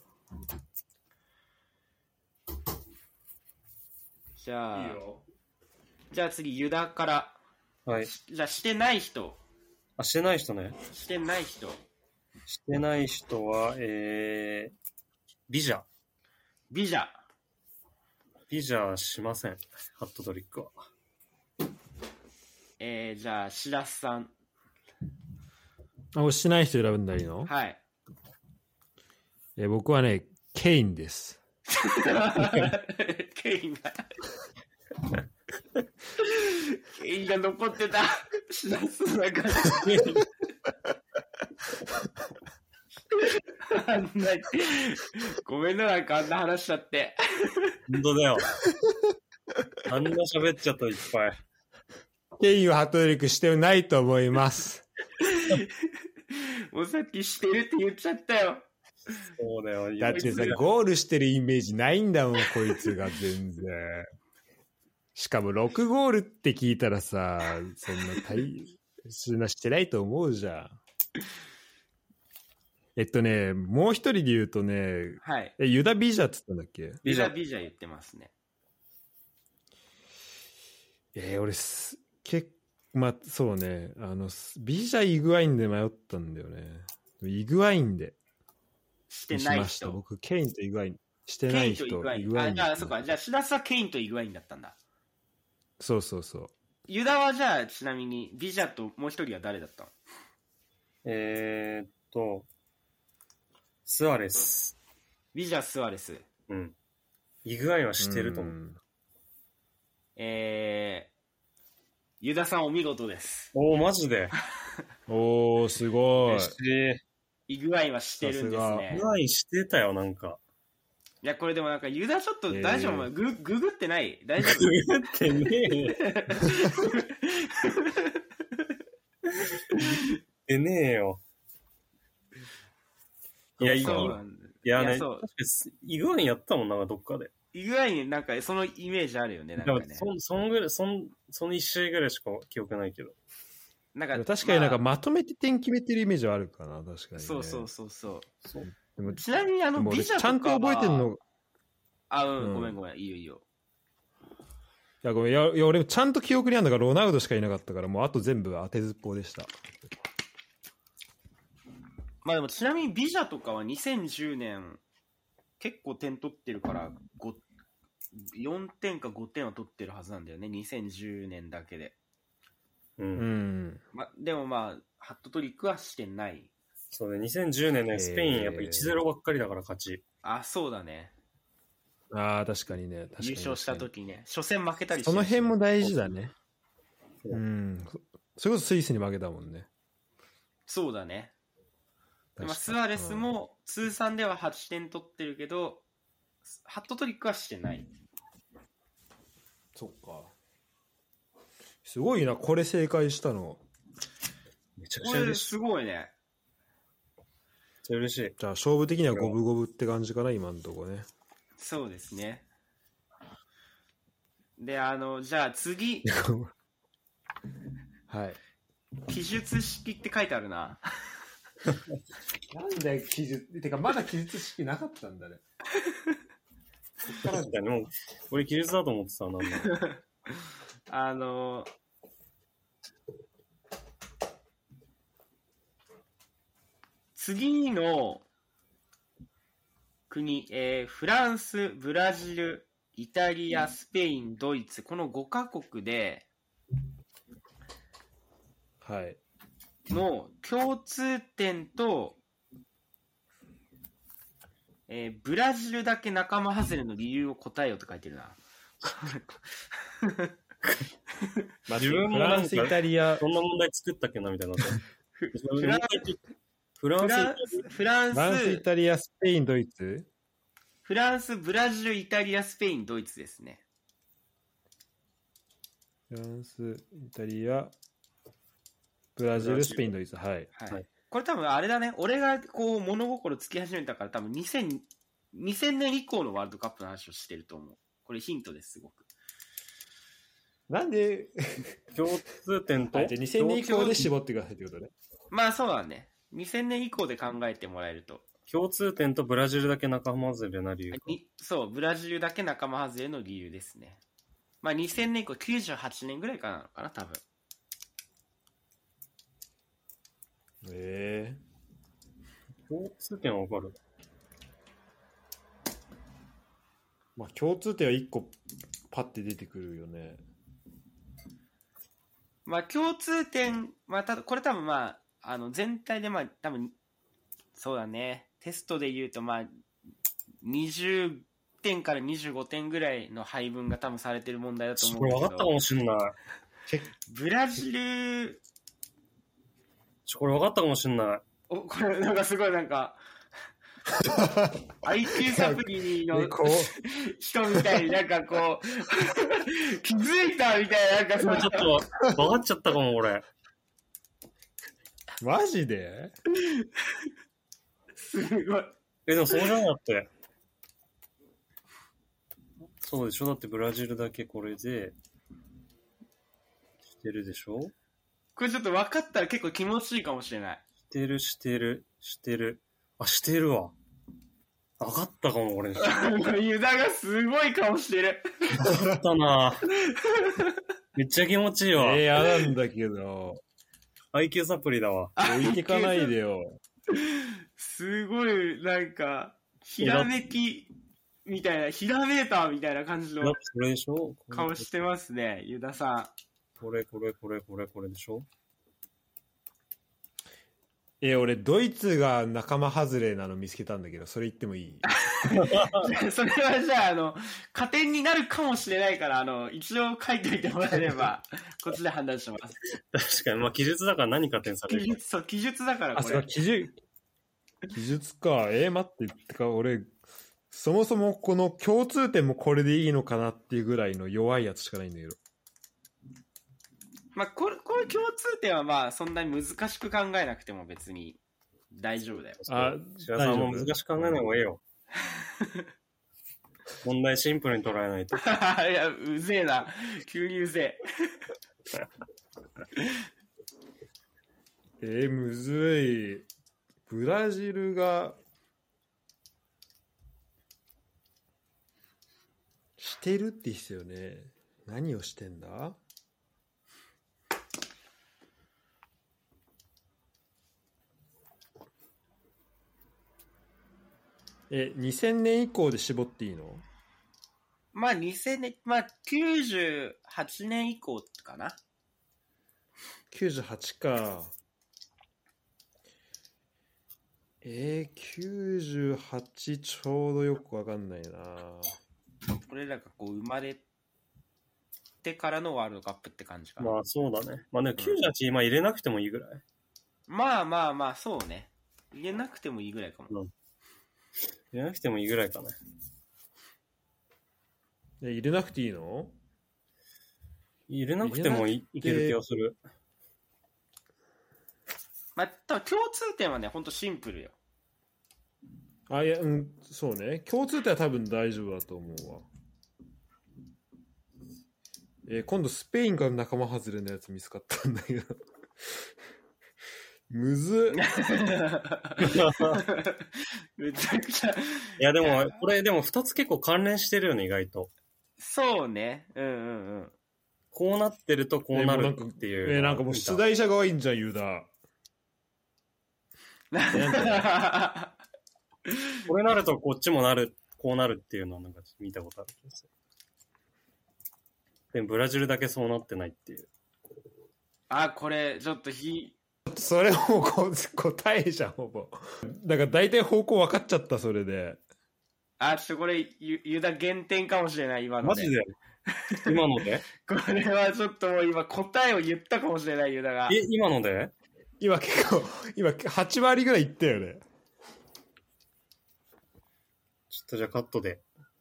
じゃあ次、ユダから。 はい。 じゃあしてない人。 してない人ね。 してない人。 してない人は、ビジャしません。ハットトリックは。 じゃあ、しらすさん。 押してない人選ぶんだいいの？ はい。 僕はね、ケインです。 ケインが残ってた。しらすの中で。ごめんな、なんかあんな話しちゃって。 本当だよ。あんな喋っちゃった、いっぱい。 ケインはハットトリックしてないと思います。 もうさっきしてるって言っちゃったよ。 そうだよ。 だってさ、ゴールしてるイメージないんだもん、こいつが全然。しかも6ゴールって聞いたらさ、そんなしてないと思うじゃん。 もう一人で言うとね、 はい。 ユダ・ビジャって言ったんだっけ？ ビジャ言ってますね。 俺まあそうね、ビジャ・イグワインで迷ったんだよね。イグワインでしてない人。 僕ケインとイグワインしてない人。 ケインとイグワイン。あ、じゃあそうか、じゃあシラスはケインとイグワインだったんだ。 そうそうそう。 ユダはじゃあちなみにビジャともう一人は誰だったの？ スアレス。 ビジャ・スアレス。 うん。イグワインは知ってると思う。 ユダさんお見事です。 おー、マジで。 おー、すごい。 イグワインは知ってるんですね。 イグワイン知ってたよ、なんか。 いや、これでもなんかユダちょっと大丈夫？ググってない？大丈夫？ ググってねえ。ねえよ。いや、ね、確かにイグワインやったもんな、どっかで。 イグワインなんかそのイメージあるよね、なんかね。 その一試合ぐらいしか記憶ないけど。 なんか確かになんかまとめて点決めてるイメージはあるかな、確かに、ね。 そう。でもちなみにビジャとかはちゃんと覚えてるの。 ごめん、いいよ。 いや、ごめん、いや俺ちゃんと記憶にあるのがロナウドしかいなかったから、もうあと全部当てずっぽうでした。 まあでもちなみにビジャとかは2010年結構点取ってるから4点か5点は取ってるはずなんだよね、2010年だけで。でもまあハットトリックはしてない。 そうね、2010年ね、スペインやっぱ 1-0 ばっかりだから勝ち。 そうだね。 確かにね。 優勝した時ね、初戦負けたりして、 その辺も大事だね。それこそスイスに負けたもんね。 そうだね。スアレスも通算では8点取ってるけど、ハットトリックはしてない。 そっか。すごいな、これ正解したの。 めちゃくちゃ嬉しい。 すごいね。 嬉しい。 じゃあ勝負的には五分五分って感じかな、今のとこね。 そうですね。で、じゃあ次。 はい。 記述式って書いてあるな。 なんだよ、記述。てか、まだ記述式なかったんだね。 そっからだね。もう、俺記述だと思ってた、なんだ。 次の国、フランス、ブラジル、イタリア、スペイン、ドイツ、この5カ国で、 はい。 の共通点と、ブラジルだけ仲間外れの理由を答えようと書いてるな。 自分もフランス、イタリア。 そんな問題作ったっけなみたいな。 フランス、イタリア、スペイン、ドイツ？ フランス、ブラジル、イタリア、スペイン、ドイツですね。 フランス、イタリア、ブラジル、スペイン、ドイツ。はい。 これ多分あれだね。俺がこう物心つき始めたから多分2000年以降のワールドカップの話をしてると思う。これヒントです、すごく。 なんで共通点と、 じゃあ2000年以降で絞ってくださいってことね。 まあそうだね。2000年以降で考えてもらえると。 共通点とブラジルだけ仲間外れな理由か。 そう、ブラジルだけ仲間外れの理由ですね。まあ2000年以降、98年ぐらいからなのかな、多分。 共通点はわかる？ まあ共通点は1個パッて出てくるよね。 まあ共通点、まあこれ多分まあ、全体でまあ多分、そうだね。テストで言うとまあ、20点から25点ぐらいの配分が多分されてる問題だと思うけど。 これ分かったかもしんない。 ブラジル、 これ分かったかもしんない。 これなんかすごいなんか、IQ サプリの人みたいになんかこう、気づいたみたいな、なんかちょっと分かっちゃったかも、俺。 マジで？ すごい。 でもそうじゃなかった。そうでしょ？だってブラジルだけこれで、してるでしょ？ これちょっと分かったら結構気持ちいいかもしれない。 してる。 あ、してるわ。上がったかも、俺。 ユダがすごい顔してる。 上がったなめっちゃ気持ちいいわ。 嫌なんだけど。 IQ サプリだわ。 置いてかないでよ。 すごい、なんか、ひらめきみたいな、ひらめいたみたいな感じのそれでしょ顔してますね、ユダさん。 これでしょ。 俺、ドイツが仲間外れなの見つけたんだけど、それ言ってもいい？ それはじゃあ、加点になるかもしれないから、一応書いておいてもらえれば、こっちで判断します。 確かに、まあ、記述だから何加点されるか。 記述だからこれ。 記述か。待って、ってか俺、そもそもこの共通点もこれでいいのかなっていうぐらいの弱いやつしかないんだけど。 まあ、これ共通点はまあ、そんなに難しく考えなくても別に大丈夫だよ。 白さんも難しく考えない方がいいよ。問題シンプルに捉えないと。 いや、うぜえな。急にうぜえ。むずい。ブラジルがしてるって言ってたよね。何をしてんだ？2000年以降で絞っていいの？ まあ2000年、まあ98年以降かな。 98か。98ちょうどよくわかんないな。 俺らがこう生まれてからのワールドカップって感じかな。 まあそうだね。まあね、98今入れなくてもいいぐらい。 まあ、そうね。入れなくてもいいぐらいかも。 入れなくてもいいぐらいかね。 入れなくていいの？ 入れなくてもいける気がする。 まあ、多分共通点はね、ほんとシンプルよ。 いや、そうね。共通点は多分大丈夫だと思うわ。今度スペインから仲間外れのやつ見つかったんだけど。むずっ。 めちゃくちゃ。いやでも、これでも2つ結構関連してるよね、意外と。 そうね。うん。 こうなってるとこうなるっていう。 なんかもう出題者が多いんじゃん、ユダ。 これなるとこっちもなる、こうなるっていうのはなんか見たことある気がする。でもブラジルだけそうなってないっていう。 これ、ちょっとそれも答えじゃん、ほぼ。だから大体方向分かっちゃった、それで。 ちょっとこれ、ユダ減点かもしれない、今ので。 マジで今のでこれはちょっともう今答えを言ったかもしれない、ユダが。 今ので今結構、今8割ぐらいいったよね。 ちょっとじゃあカットで。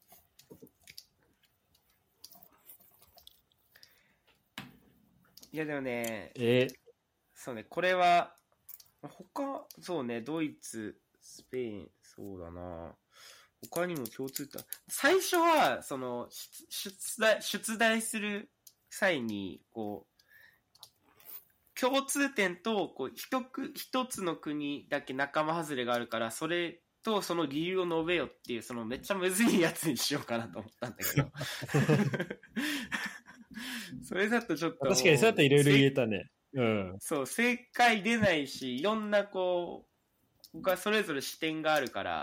いやでもね、そうね、これは、そうね、ドイツ、スペイン、そうだな。他にも共通点。最初は、出題する際に、こう、共通点と、こう、一つの国だけ仲間外れがあるから、それとその理由を述べよっていう、めっちゃむずいやつにしようかなと思ったんだけど。それだとちょっと。 確かにそうやっていろいろ言えたね。うん。 そう、正解出ないし、いろんなこう、僕はそれぞれ視点があるから、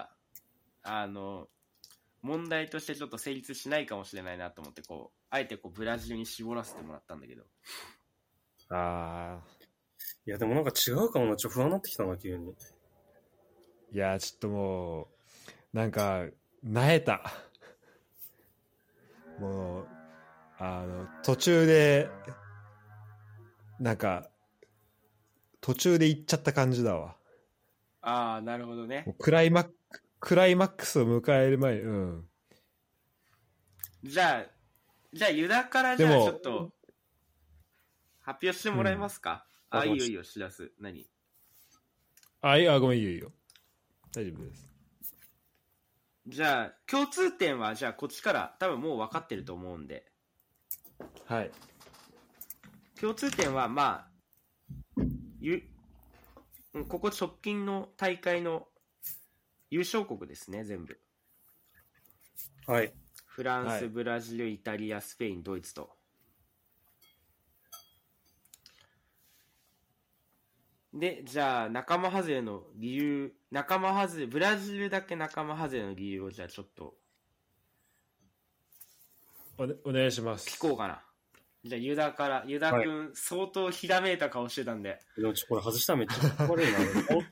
問題としてちょっと成立しないかもしれないなと思って、こう、あえてこうブラジルに絞らせてもらったんだけど。 いや、でもなんか違うかもな。ちょっと不安になってきたな、急に。 いや、ちょっともう、なんか、なえた。もう、途中で、なんか、途中で行っちゃった感じだわ。 なるほどね。 クライマックスを迎える前に、うん。 じゃあ、ユダからじゃあちょっと、発表してもらえますか？いいよ、しらす。何？ いや、ごめん、いいよ。大丈夫です。 じゃあ、共通点は、じゃあ、こっちから多分もう分かってると思うんで。 はい。 共通点は、まあ、ここ直近の大会の優勝国ですね、全部。 はい。 フランス、 はいブラジル、イタリア、スペイン、ドイツと。で、じゃあ、仲間外れの理由、ブラジルだけ仲間外れの理由をじゃあちょっとお願いします。 聞こうかな。じゃあ、ユダくん、相当ひらめいた顔してたんで。 でもこれ外したらめっちゃ悪いな。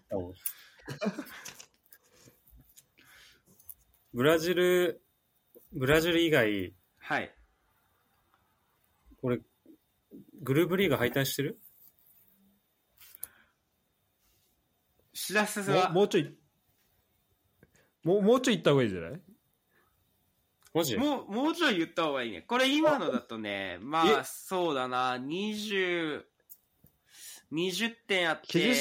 ブラジル以外、 はい。 これ、グループリーグ敗退してる？ しらすはもうちょい行った方がいいんじゃない？ マジ？ もうちょい言った方がいいね。これ今のだとね、まあそうだな、20点あって、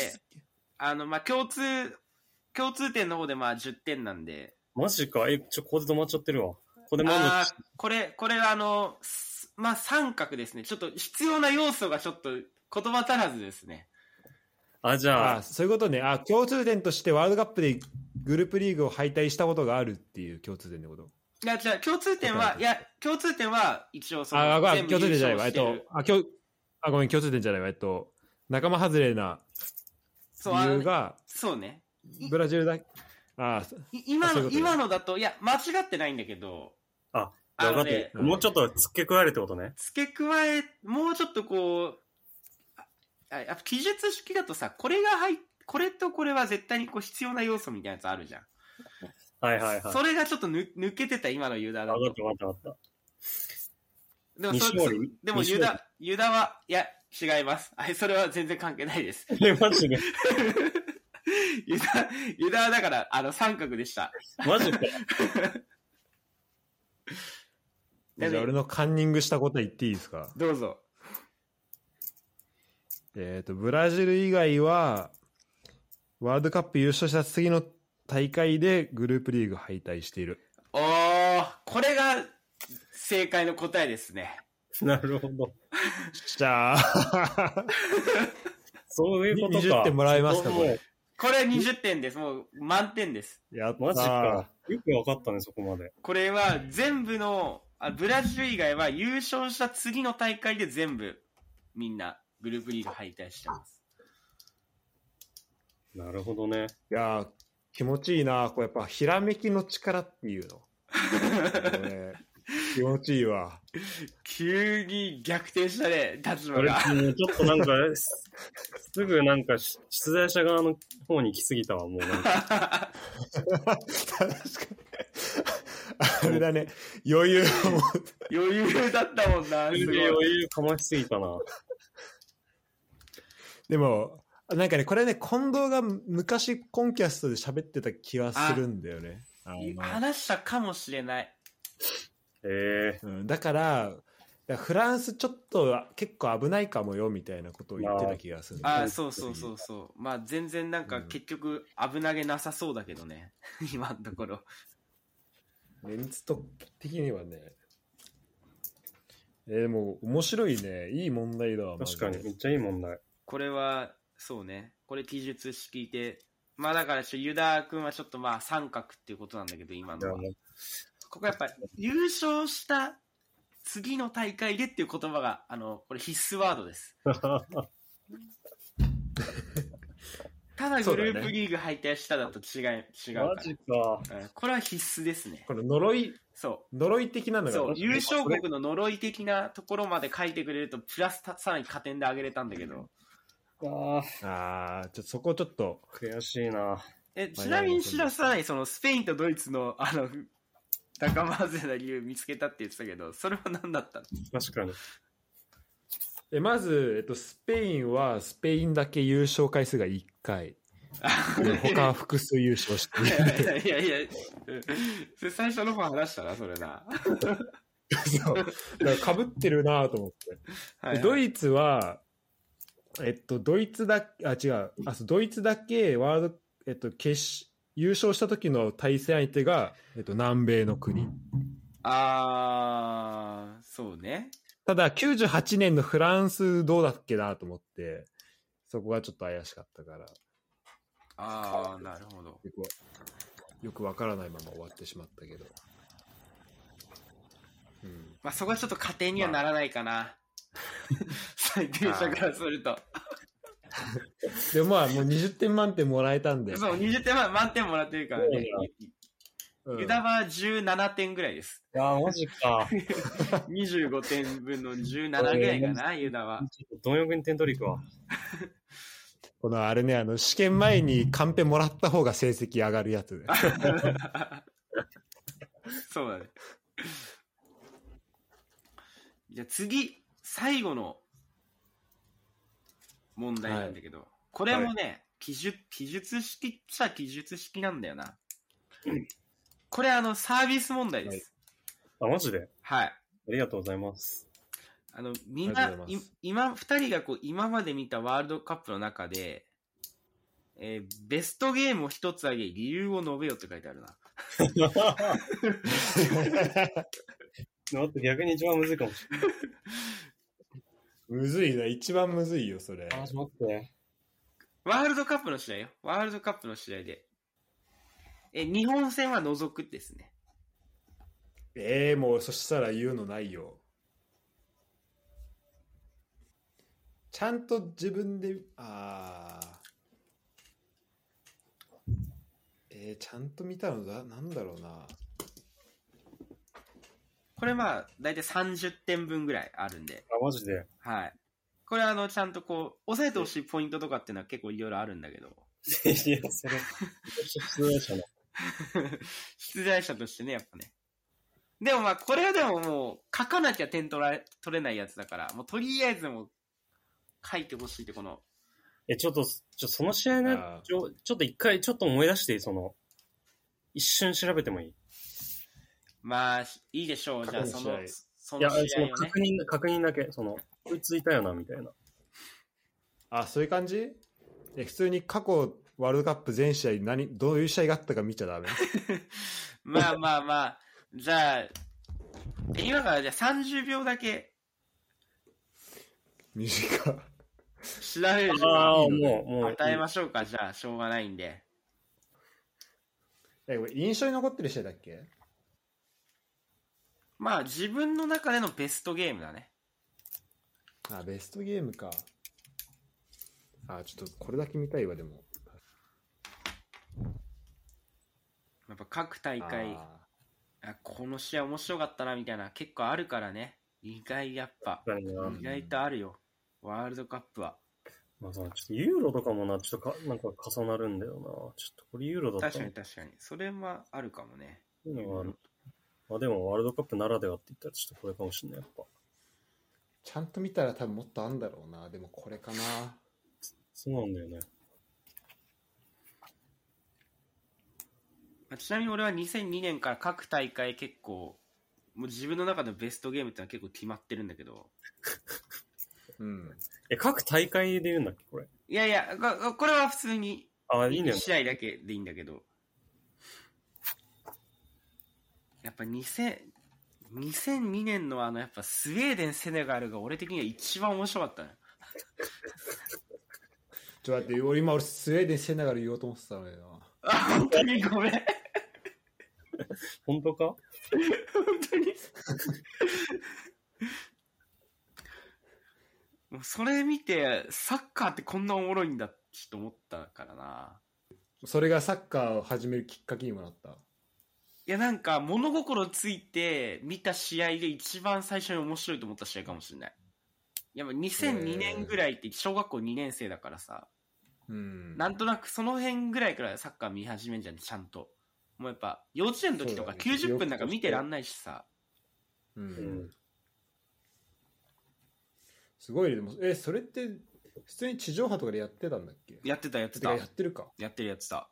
まあ共通点の方でまあ10点なんで。 マジか。ここで止まっちゃってるわ。これはまあ三角ですね。ちょっと必要な要素がちょっと言葉足らずですね。 じゃあ。 そういうことね。共通点としてワールドカップでグループリーグを敗退したことがあるっていう共通点ってこと？ いや、じゃあ共通点は一応その全部優勝してる。共通点じゃないわ。ごめん、共通点じゃないわ。仲間外れな理由が、 そうね。 ブラジルだ。 今のだと、いや、間違ってないんだけど、 もうちょっと付け加えるってことね。 もうちょっとこう、やっぱ記述式だとさ、これとこれは絶対にこう必要な要素みたいなやつあるじゃん。 はいはいはい。 それがちょっと抜けてた、今のユダだと。 わかった。 でもユダは、いや、違います。それは全然関係ないです。 マジでユダはだから、三角でした。 マジか。 じゃあ俺のカンニングしたこと言っていいですか？ どうぞ。 ブラジル以外はワールドカップ優勝した次の大会でグループリーグ敗退している。 これが正解の答えですね。 なるほど。 じゃあそういうことか。 20点もらえますか？これ 20点です。もう満点です。 やったー。マジか。よく分かったね、そこまで。 これは全部のブラジル以外は優勝した次の大会で全部みんなグループリーグ敗退してます。 なるほどね。 いや気持ちいいな。これやっぱひらめきの力っていうの。気持ちいいわ。 急に逆転したね、立場が。 ちょっとなんかすぐなんか出題者側の方に行き過ぎたわ、もうなんか。 確かに。あれだね、余裕だったもんな。 余裕かましすぎたな。 でもなんかね、これね、近藤が昔コンキャストで喋ってた気はするんだよね。 話したかもしれない。 だからフランスちょっと結構危ないかもよみたいなことを言ってた気がする。 そう。まあ全然なんか結局危なげなさそうだけどね。今のところ。 メンツ的にはね。でも面白いね。いい問題だわ。 確かにめっちゃいい問題。 これはそうね。これ記述式で、まあだからユダ君はちょっとまあ三角っていうことなんだけど今のは。ここやっぱ優勝した次の大会でっていう言葉がこれ必須ワードです。ただグループリーグ敗退しただと違うから。 マジか。 これは必須ですね。 これ呪い的なのが。 そう、優勝国の呪い的なところまで書いてくれるとプラスさらに加点で上げれたんだけど。 そこちょっと悔しいな。 ちなみに知らさないそのスペインとドイツの仲間外れな理由見つけたって言ってたけど、それは何だったの？ 確かに。 まず、スペインはスペインだけ優勝回数が1回。他は複数優勝してる。 いや、最初の方話したな、それな。 そう。だから被ってるなと思って。はいはい、ドイツは、ドイツだけワールド、優勝した時の対戦相手が、南米の国。 そうね。 ただ98年のフランスどうだっけなと思ってそこがちょっと怪しかったから。 なるほど。 よくわからないまま終わってしまったけど。うん。 まあそこはちょっと加点にはならないかな。最低者からすると。 でもまあもう20点満点もらえたんで。 そう、20点満点もらってるからね。ユダは17点ぐらいです。 いやー、マジか。 25点分の17ぐらいかな、ユダは。 貪欲に点取り行くわ。 このあれね、試験前にカンペもらった方が成績上がるやつ。 そうだね。じゃあ次、最後の問題なんだけど、これもね、記述式っちゃ記述式なんだよな。これサービス問題です。 あ、マジで？ はい。 ありがとうございます。 みんな、今、二人が今まで見たワールドカップの中で、ベストゲームを一つ挙げ、理由を述べよって書いてあるな。 待って、逆に一番むずいかもしれない。 むずいな、一番むずいよ、それ。 待って。 ワールドカップの試合よ。ワールドカップの試合で。日本戦は除くですね。 もうそしたら言うのないよ。ちゃんと自分でちゃんと見たのなんだろうな。 これまあだいたい30点分ぐらいあるんで。 あ、マジで。 はい。これちゃんと押さえてほしいポイントとかっていうのは結構いろいろあるんだけど。 いや、それ、出題者の。 出題者としてね、やっぱね。でもまあ、これはでももう、書かなきゃ点取れないやつだから、もうとりあえずもう、書いてほしいってこの。 ちょっとその試合ね、ちょっと一回、ちょっと思い出して、一瞬調べてもいい？ まあ、いいでしょう。じゃあ、その試合をね。 確認だけ、追いついたよな、みたいな。 あ、そういう感じ？普通に過去、ワールドカップ全試合どういう試合があったか見ちゃダメ？ まあまあまあ、じゃあ、今からじゃあ30秒だけ。 短。 調べる時間もう与えましょうか。じゃあ、しょうがないんで。 印象に残ってる試合だっけ？ まあ、自分の中でのベストゲームだね。 あ、ベストゲームか。ちょっとこれだけ見たいわ、でも。 やっぱ各大会、この試合面白かったなみたいな結構あるからね。意外とあるよ。ワールドカップは。 まあちょっとユーロとかもな、ちょっとなんか重なるんだよな。ちょっとこれユーロだったら。確かに。それはあるかもね。 まあでもワールドカップならではって言ったらちょっとこれかもしれない、やっぱ。 ちゃんと見たら多分もっとあんだろうな。でもこれかな。 そうなんだよね。 ちなみに俺は2002年から各大会結構、もう自分の中でのベストゲームってのは結構決まってるんだけど。 うん。 各大会で言うんだっけ、これ。 いやいや、これは普通に、 1 試合だけでいいんだけど。やっぱ2002年のやっぱスウェーデン、セネガルが俺的には一番面白かったね。 ちょっと待って、俺スウェーデン、セネガル言おうと思ってたのよな。 本当にごめん。 本当か？ 本当に。もうそれ見てサッカーってこんなおもろいんだと思ったからな。 それがサッカーを始めるきっかけにもなった。 いやなんか物心ついて見た試合で一番最初に面白いと思った試合かもしれない。やっぱ2002年ぐらいって小学校2年生だからさ、なんとなくその辺ぐらいからサッカー見始めんじゃん、ちゃんと。もうやっぱ幼稚園の時とか90分なんか見てらんないしさ。 すごいね。でもそれって普通に地上波とかでやってたんだっけ？ やってた。やってるか。 やってた。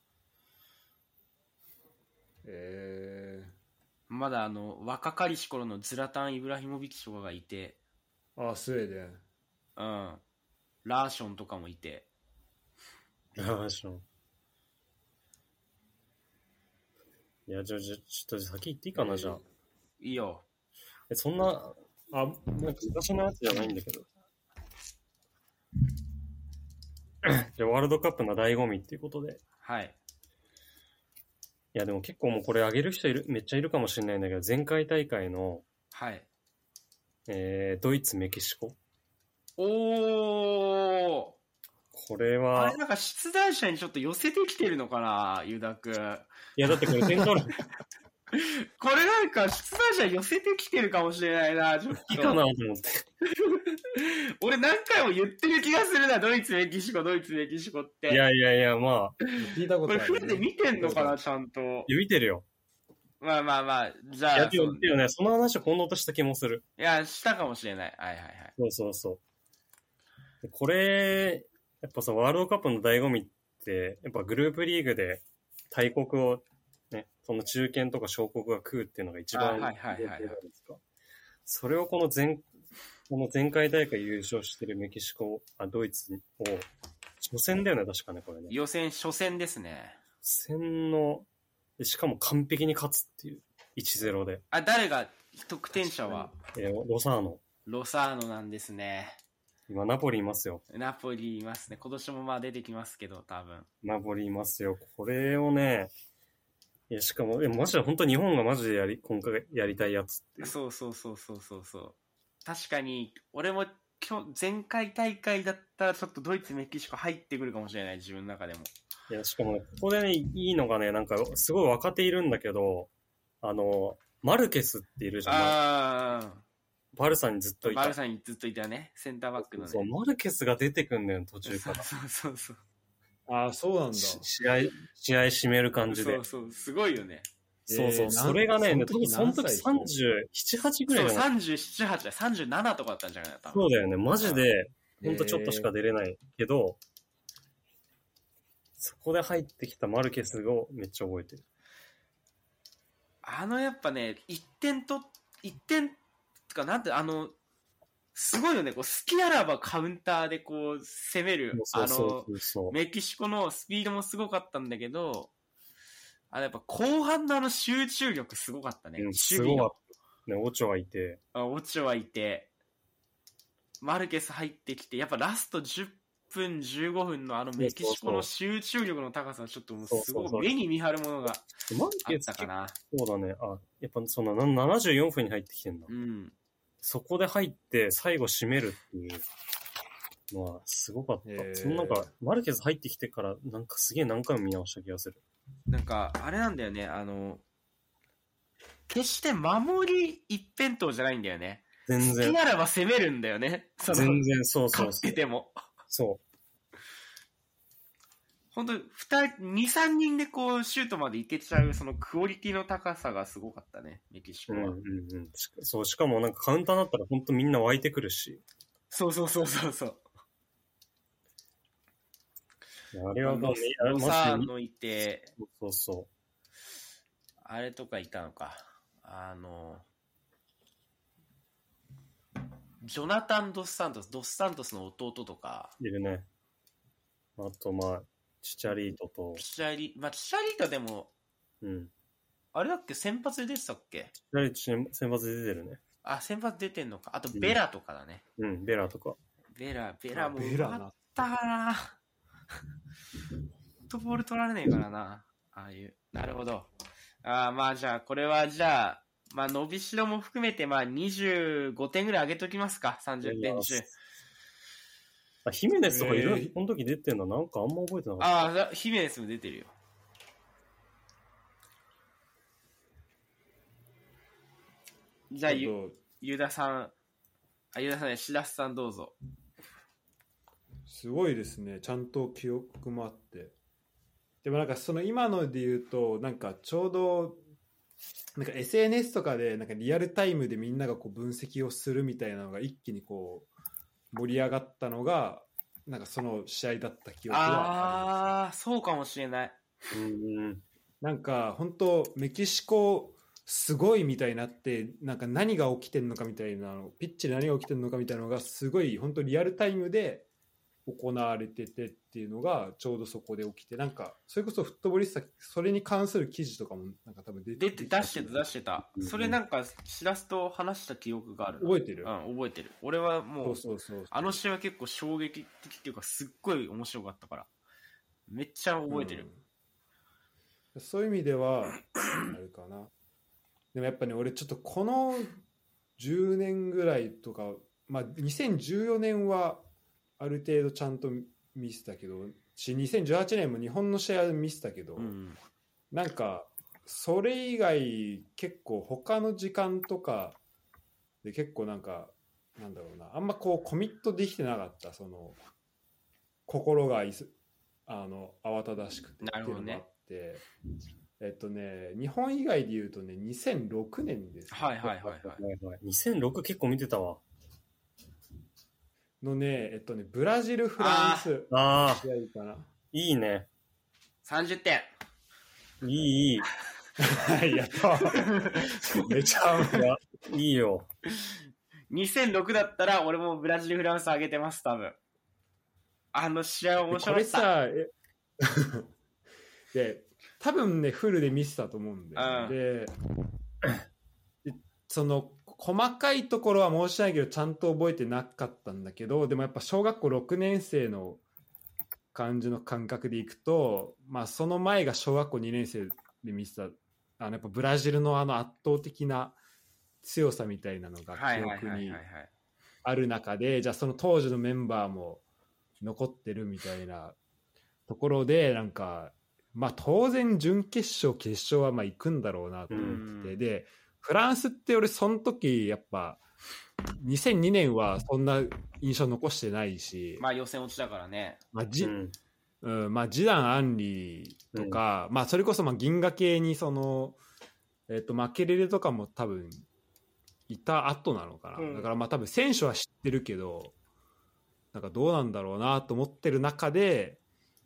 まだ若かりし頃のズラタン・イブラヒモビッチとかがいて。 あ、スウェーデン。 うん。ラーションとかもいて。 ラーション。いや、ちょっと先行っていいかな、じゃあ。 いいよ。 そんな、なんか昔のやつじゃないんだけど。じゃあ、ワールドカップの醍醐味っていうことで。 はい。 やでも結構もうこれ上げる人めっちゃいるかもしれないんだけど、前回大会の、 はい。 ドイツ、メキシコ。 おー。 これは。 あれなんか出題者にちょっと寄せてきてるのかな、ユダ君。 いやだってこれ点取る。 これなんか出題者寄せてきてるかもしれないな、ちょっと。 いいかなと思って。 俺何回も言ってる気がするな、ドイツ、メキシコ、ドイツ、メキシコって。 いやいやいや、まあ。 聞いたことある、ね。 これフルで見てんのかな、ちゃんと。 いや、見てるよ。 まあまあまあ、じゃあ。 いや、でもね、その話を近藤とした気もする。 いや、したかもしれない。はいはいはい。 そうそうそう。これ、やっぱさ、ワールドカップの醍醐味って、やっぱグループリーグで大国をね、その中堅とか小国が食うっていうのが一番はいはいはい。 それをこの前回大会優勝してるメキシコ、ドイツを、初戦だよね、確かね、これね。 初戦ですね。 初戦の、しかも完璧に勝つっていう、1-0で。 誰が、得点者はロサーノ。 ロサーノなんですね。 今、ナポリいますよ。 ナポリいますね。今年もまあ出てきますけど、多分。 ナポリいますよ。これをね、いや、しかも、マジで本当日本がマジで今回やりたいやつっていう。 そう。確かに、俺も前回大会だったらちょっとドイツ、メキシコ入ってくるかもしれない、自分の中でも。 いや、しかもね、ここでね、いいのがね、なんか、すごい若手いるんだけど、マルケスっているじゃん。バルサにずっといた。 バルサにずっといたね。センターバックのね。 そう、マルケスが出てくんだよ、途中から。 そう。 そうなんだ。 試合締める感じで。 そう、すごいよね。 そう、それがね、その時37、8ぐらいじゃない？ そう、37、8だ、37とかだったんじゃないかな。 そうだよね、マジで、ほんとちょっとしか出れないけど、そこで入ってきたマルケスをめっちゃ覚えてる。 やっぱね、1点とか、なんて、すごいよね、こう、好きならばカウンターでこう、攻める、メキシコのスピードもすごかったんだけど、やっぱ後半の集中力すごかったね。 すごかった。ね、オチョはいて。 オチョはいて、マルケス入ってきて、やっぱラスト10分、15分のメキシコの集中力の高さはちょっともうすごい目に見張るものがあったかな。 そうだね。やっぱその74分に入ってきてんだ。 うん。 そこで入って最後締めるっていうのはすごかった。そのなんか、マルケス入ってきてからなんかすげえ何回も見直した気がする。 なんか、あれなんだよね、決して守り一辺倒じゃないんだよね。 全然。 好きならば攻めるんだよね。 全然、そう。 勝ってても。 そう。 本当2、3人でこう、シュートまでいけちゃう、そのクオリティの高さがすごかったね、メキシコは。 そう、しかもなんかカウンターだったら本当みんな湧いてくるし。 そう。 あれはもう、 ロサーノいて、 そう。 あれとかいたのか。ジョナタン・ドスサントスの弟とか。 いるね。あと、チチャリートと。 チチャリートでも、あれだっけ先発で出てたっけ？ チチャリート先発で出てるね。 先発出てんのか。あと、ベラとかだね。 ベラとか。 ベラもうまかったな。フットボール取られねえからな。ああいう。なるほど。じゃあ、これは伸びしろも含めて、25点ぐらい上げときますか。30点中。 ヒメネスとかいる、この時出てんのなんかあんま覚えてなかった。 ヒメネスも出てるよ。じゃあ、ユダさんね、シラスさんどうぞ。 すごいですね。ちゃんと記憶もあって。でもなんかその今ので言うと、なんかちょうど、なんか SNS とかでなんかリアルタイムでみんながこう分析をするみたいなのが一気にこう盛り上がったのが、なんかその試合だった記憶はあります。 そうかもしれない。 なんか本当メキシコすごいみたいになって、なんか何が起きてんのかみたいなの、ピッチで何が起きてんのかみたいなのがすごい本当リアルタイムで行われててっていうのがちょうどそこで起きて、なんかそれこそフットボリスタそれに関する記事とかもなんか多分出してた、それなんかしらすと話した記憶がある。 覚えてる？ 覚えてる。俺はもうそうあの試合は結構衝撃的っていうかすっごい面白かったからめっちゃ覚えてる。 そういう意味ではあるかな。でもやっぱね、俺ちょっとこの10年ぐらいとか、まあ2014年はある程度ちゃんと見せたけど、2018年も日本の試合見せたけど、なんかそれ以外結構他の時間とかで結構なんかなんだろうな、あんまこうコミットできてなかった、その心が慌ただしくてっていうのがあって、日本以外で言うとね、2006年です、ね。 はいはいはいはい。 2006結構見てたわ。 のね、ブラジル、フランスあ試合かな。 いいね。 30点。 いい。 やっためちゃいいよ。 2006だったら俺もブラジル、フランス上げてます、多分。あの試合面白かった。これさ、で、多分ね、フルで見せたと思うんだよ、ね。で、その、細かいところは申し訳ないけど、ちゃんと覚えてなかったんだけど、でもやっぱ小学校6年生の感じの感覚でいくと、まあその前が小学校2年生で見せた、やっぱブラジルの圧倒的な強さみたいなのが記憶にある中で、じゃあその当時のメンバーも残ってるみたいなところで、なんか、まあ当然準決勝、決勝はまあ行くんだろうなと思ってて、で、フランスって俺その時やっぱ2002年はそんな印象残してないし、 まあ予選落ちだからね。 まあまあ、ジダン、アンリとか、まあそれこそまあ銀河系にその、マケレレとかも多分いた後なのかな、だからまあ多分選手は知ってるけど、なんかどうなんだろうなと思ってる中で、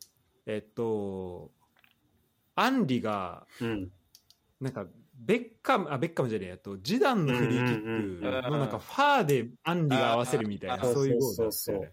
アンリが、なんかベッカムじゃねえジダンのフリーキックのなんかファーでアンリが合わせるみたいな、そういうゴールだったよね。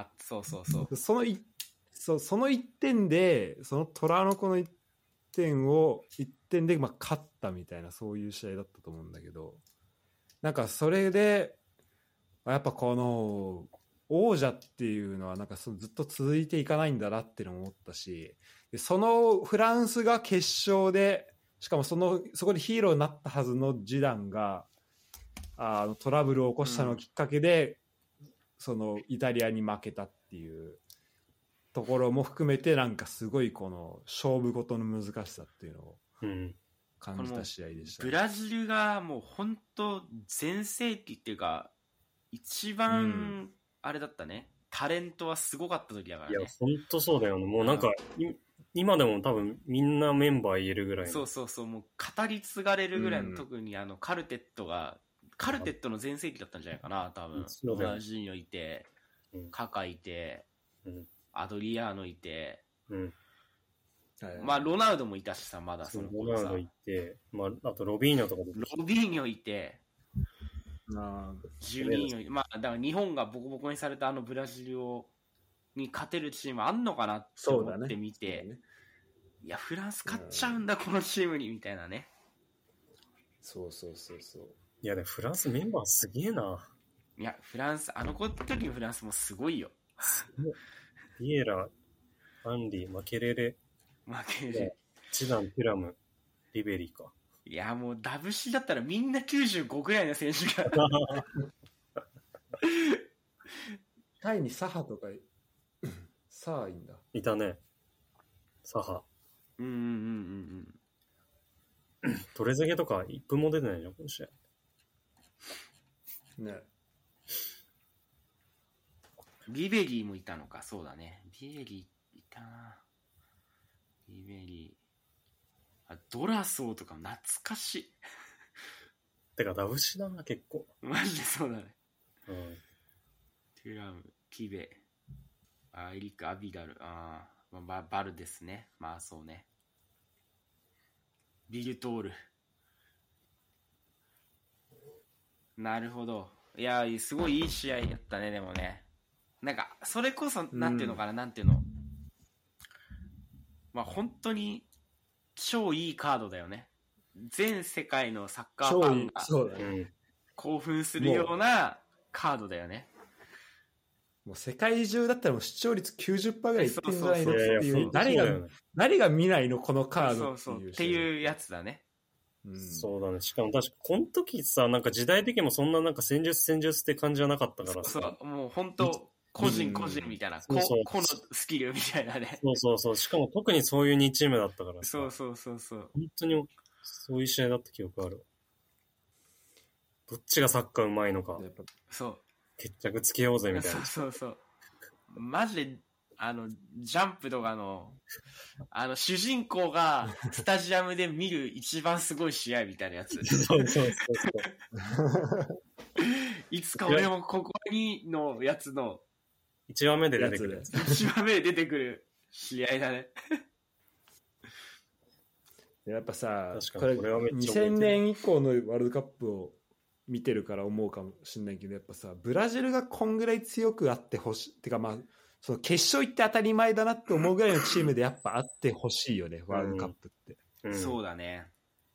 その1点で、その虎の子の1点でまあ勝ったみたいな、そういう試合だったと思うんだけど、なんかそれでやっぱこの王者っていうのはなんかずっと続いていかないんだなっていうのを思ったし、でそのフランスが決勝で、しかもそこでヒーローになったはずのジダンがトラブルを起こしたのをきっかけで、そのイタリアに負けたっていうところも含めて、なんかすごいこの勝負事の難しさっていうのを感じた試合でした、 ね。ブラジルがもう本当全盛期っていうか一番あれだったね、タレントはすごかった時だからね。 いや本当そうだよね。もうなんか今でも多分みんなメンバー言えるぐらいの。 そうもう語り継がれるぐらいの、特にカルテットの全盛期だったんじゃないかな多分。ロナウジーニョいて、カカいて、アドリアーノいて、まあロナウドもいたしさ、まだその頃さ。 ロナウドいて、まあ、あとロビーニョとかロビーニョいて、ジュニーニョ、まあだから日本がボコボコにされたブラジルに勝てるチームあんのかなって思ってみて、いやフランス勝っちゃうんだ、このチームにみたいなね。 そういやでフランスメンバーすげえな。 いやフランス時のフランスもすごいよ。 ビエラ、アンリ、マケレレ、チダン、テュラム、リベリか。 いやもうダブシだったらみんな95ぐらいの選手がタイにサハとかサーいんだ。 いたね。サハ。トレゼゲとか1分も出てないじゃん、この試合。 ね。 リベリーもいたのか、そうだね。リベリーいたな。リベリー。ドラソーとか懐かしい。 てか、ダブシだな、結構。 マジでそうだね。 うん。 テュラム、キベ、エリック、アビダル、バルですね。まあそうね。ビルトール。なるほど。いや、すごいいい試合やったね、でもね。なんか、それこそ、なんていうのかな、なんていうの。まあ本当に、超いいカードだよね。全世界のサッカーファンが興奮するようなカードだよね。 もう世界中だったらもう視聴率 90% ぐらいいってんじゃないのっていう、 ね、 誰が見ないのこのカードっていう。 っていうやつだね。 そうだね。しかも確かこの時さ、なんか時代的にもそんななんか戦術って感じじゃなかったからさ。 そうもう本当個人みたいな、個のスキルみたいなね。 そう。しかも特にそういう2チームだったからさ。そう。 本当にそういう試合だった記憶ある。どっちがサッカーうまいのか。 そう。 決着つけようぜみたいな。 そう。マジで、ジャンプとか主人公がスタジアムで見る一番すごい試合みたいなやつ。 そう。 いつか俺もここにのやつの 1話目で出てくる。 1話目で出てくる試合だね。 やっぱさ、これ2000年以降のワールドカップを見てるから思うかもしれないけど、やっぱさ、ブラジルがこんぐらい強くあってほしい。てかまあ、その決勝行って当たり前だなって思うぐらいのチームでやっぱあってほしいよね、ワールドカップって。 そうだね。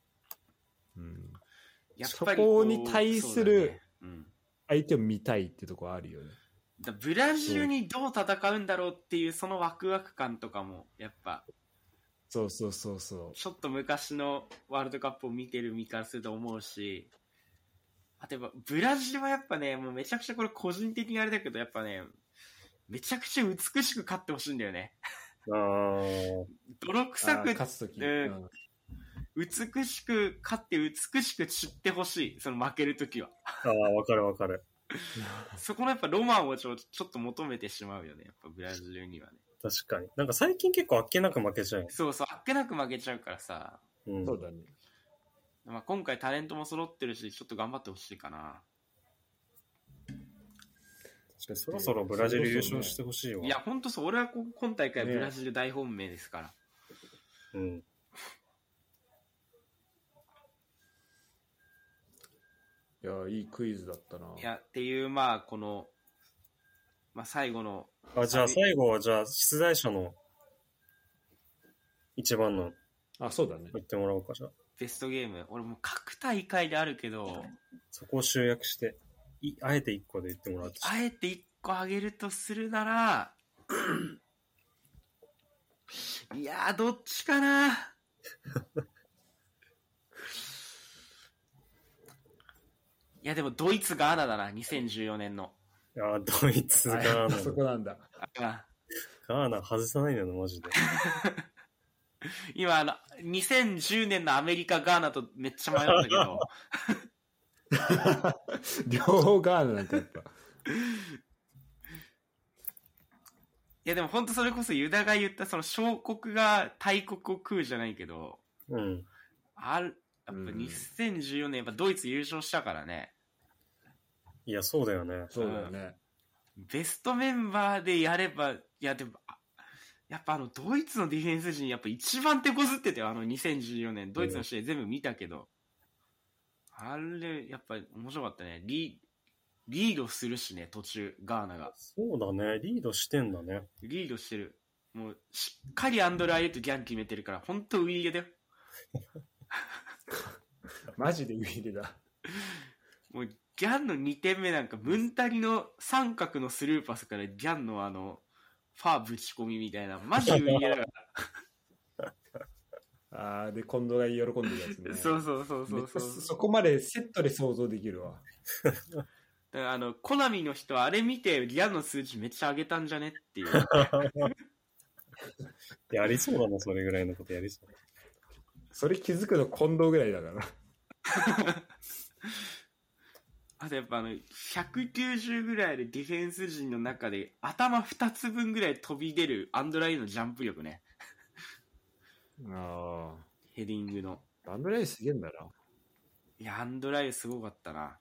やっぱりそこに対する相手を見たいってところあるよね。 ブラジルにどう戦うんだろうっていうそのワクワク感とかもやっぱそうちょっと昔のワールドカップを見てる身からすると思うし、例えばブラジルはやっぱね、もうめちゃくちゃこれ個人的にあれだけど、やっぱねめちゃくちゃ美しく勝ってほしいんだよね。泥臭く勝つ時、 美しく勝って美しく散ってほしい、その負けるときは。 わかる。 そこのやっぱロマンをちょっと求めてしまうよね、やっぱブラジルにはね。 確かに。なんか最近結構あっけなく負けちゃう。 そう、あっけなく負けちゃうからさ。 そうだね。 まあ、今回タレントも揃ってるし、ちょっと頑張ってほしいかな。 確かにそろそろブラジル優勝してほしいわ。 いや、ほんとそう。俺は今大会ブラジル大本命ですから。 いや、いいクイズだったな。 いや、っていう、まあ、この、まあ、最後の。 じゃあ最後は、出題者の一番の。 そうだね。 言ってもらおうか、じゃあ。 ベストゲーム。俺もう各大会であるけど。 そこを集約して、あえて1個で言ってもらうと。 あえて1個あげるとするなら、いやー、どっちかな。いやでもドイツガーナだな、2014年の。 いやドイツガーナ。 そこなんだ。 ガーナ外さないんだよな、マジで。 今2010年のアメリカガーナとめっちゃ迷ったけど。 両方ガーナなんかやっぱ。 いやでも本当それこそユダが言ったその小国が大国を食うじゃないけど、やっぱ2014年やっぱドイツ優勝したからね。 いやそうだよね。 そうだよね。 ベストメンバーでやれば、いやでもやっぱドイツのディフェンス陣やっぱ一番手こずってたよ、2014年ドイツの試合全部見たけど、あれやっぱり面白かったね。リードするしね、途中ガーナが。 そうだね、リードしてんだね。 リードしてる。もうしっかりアンドラーユとギャン決めてるから、本当ウィーレだよ。 マジでウィーレだ。 もうギャンの2点目なんかムンタリの三角のスルーパスからギャンのファーぶち込みみたいな、マジウィーレだから。 で近藤が喜んでるやつね。 そうそこまでセットで想像できるわ。 だからコナミの人はあれ見てギャンの数値めっちゃ上げたんじゃねっていう。 やりそうだな、それぐらいのことやりそう。 それ気づくの近藤ぐらいだから。 あとやっぱ190ぐらいでディフェンス陣の中で頭2つ分ぐらい飛び出るアンドライのジャンプ力ね。ヘディングの。 アンドライすげえんだな。 いや、アンドライすごかったな。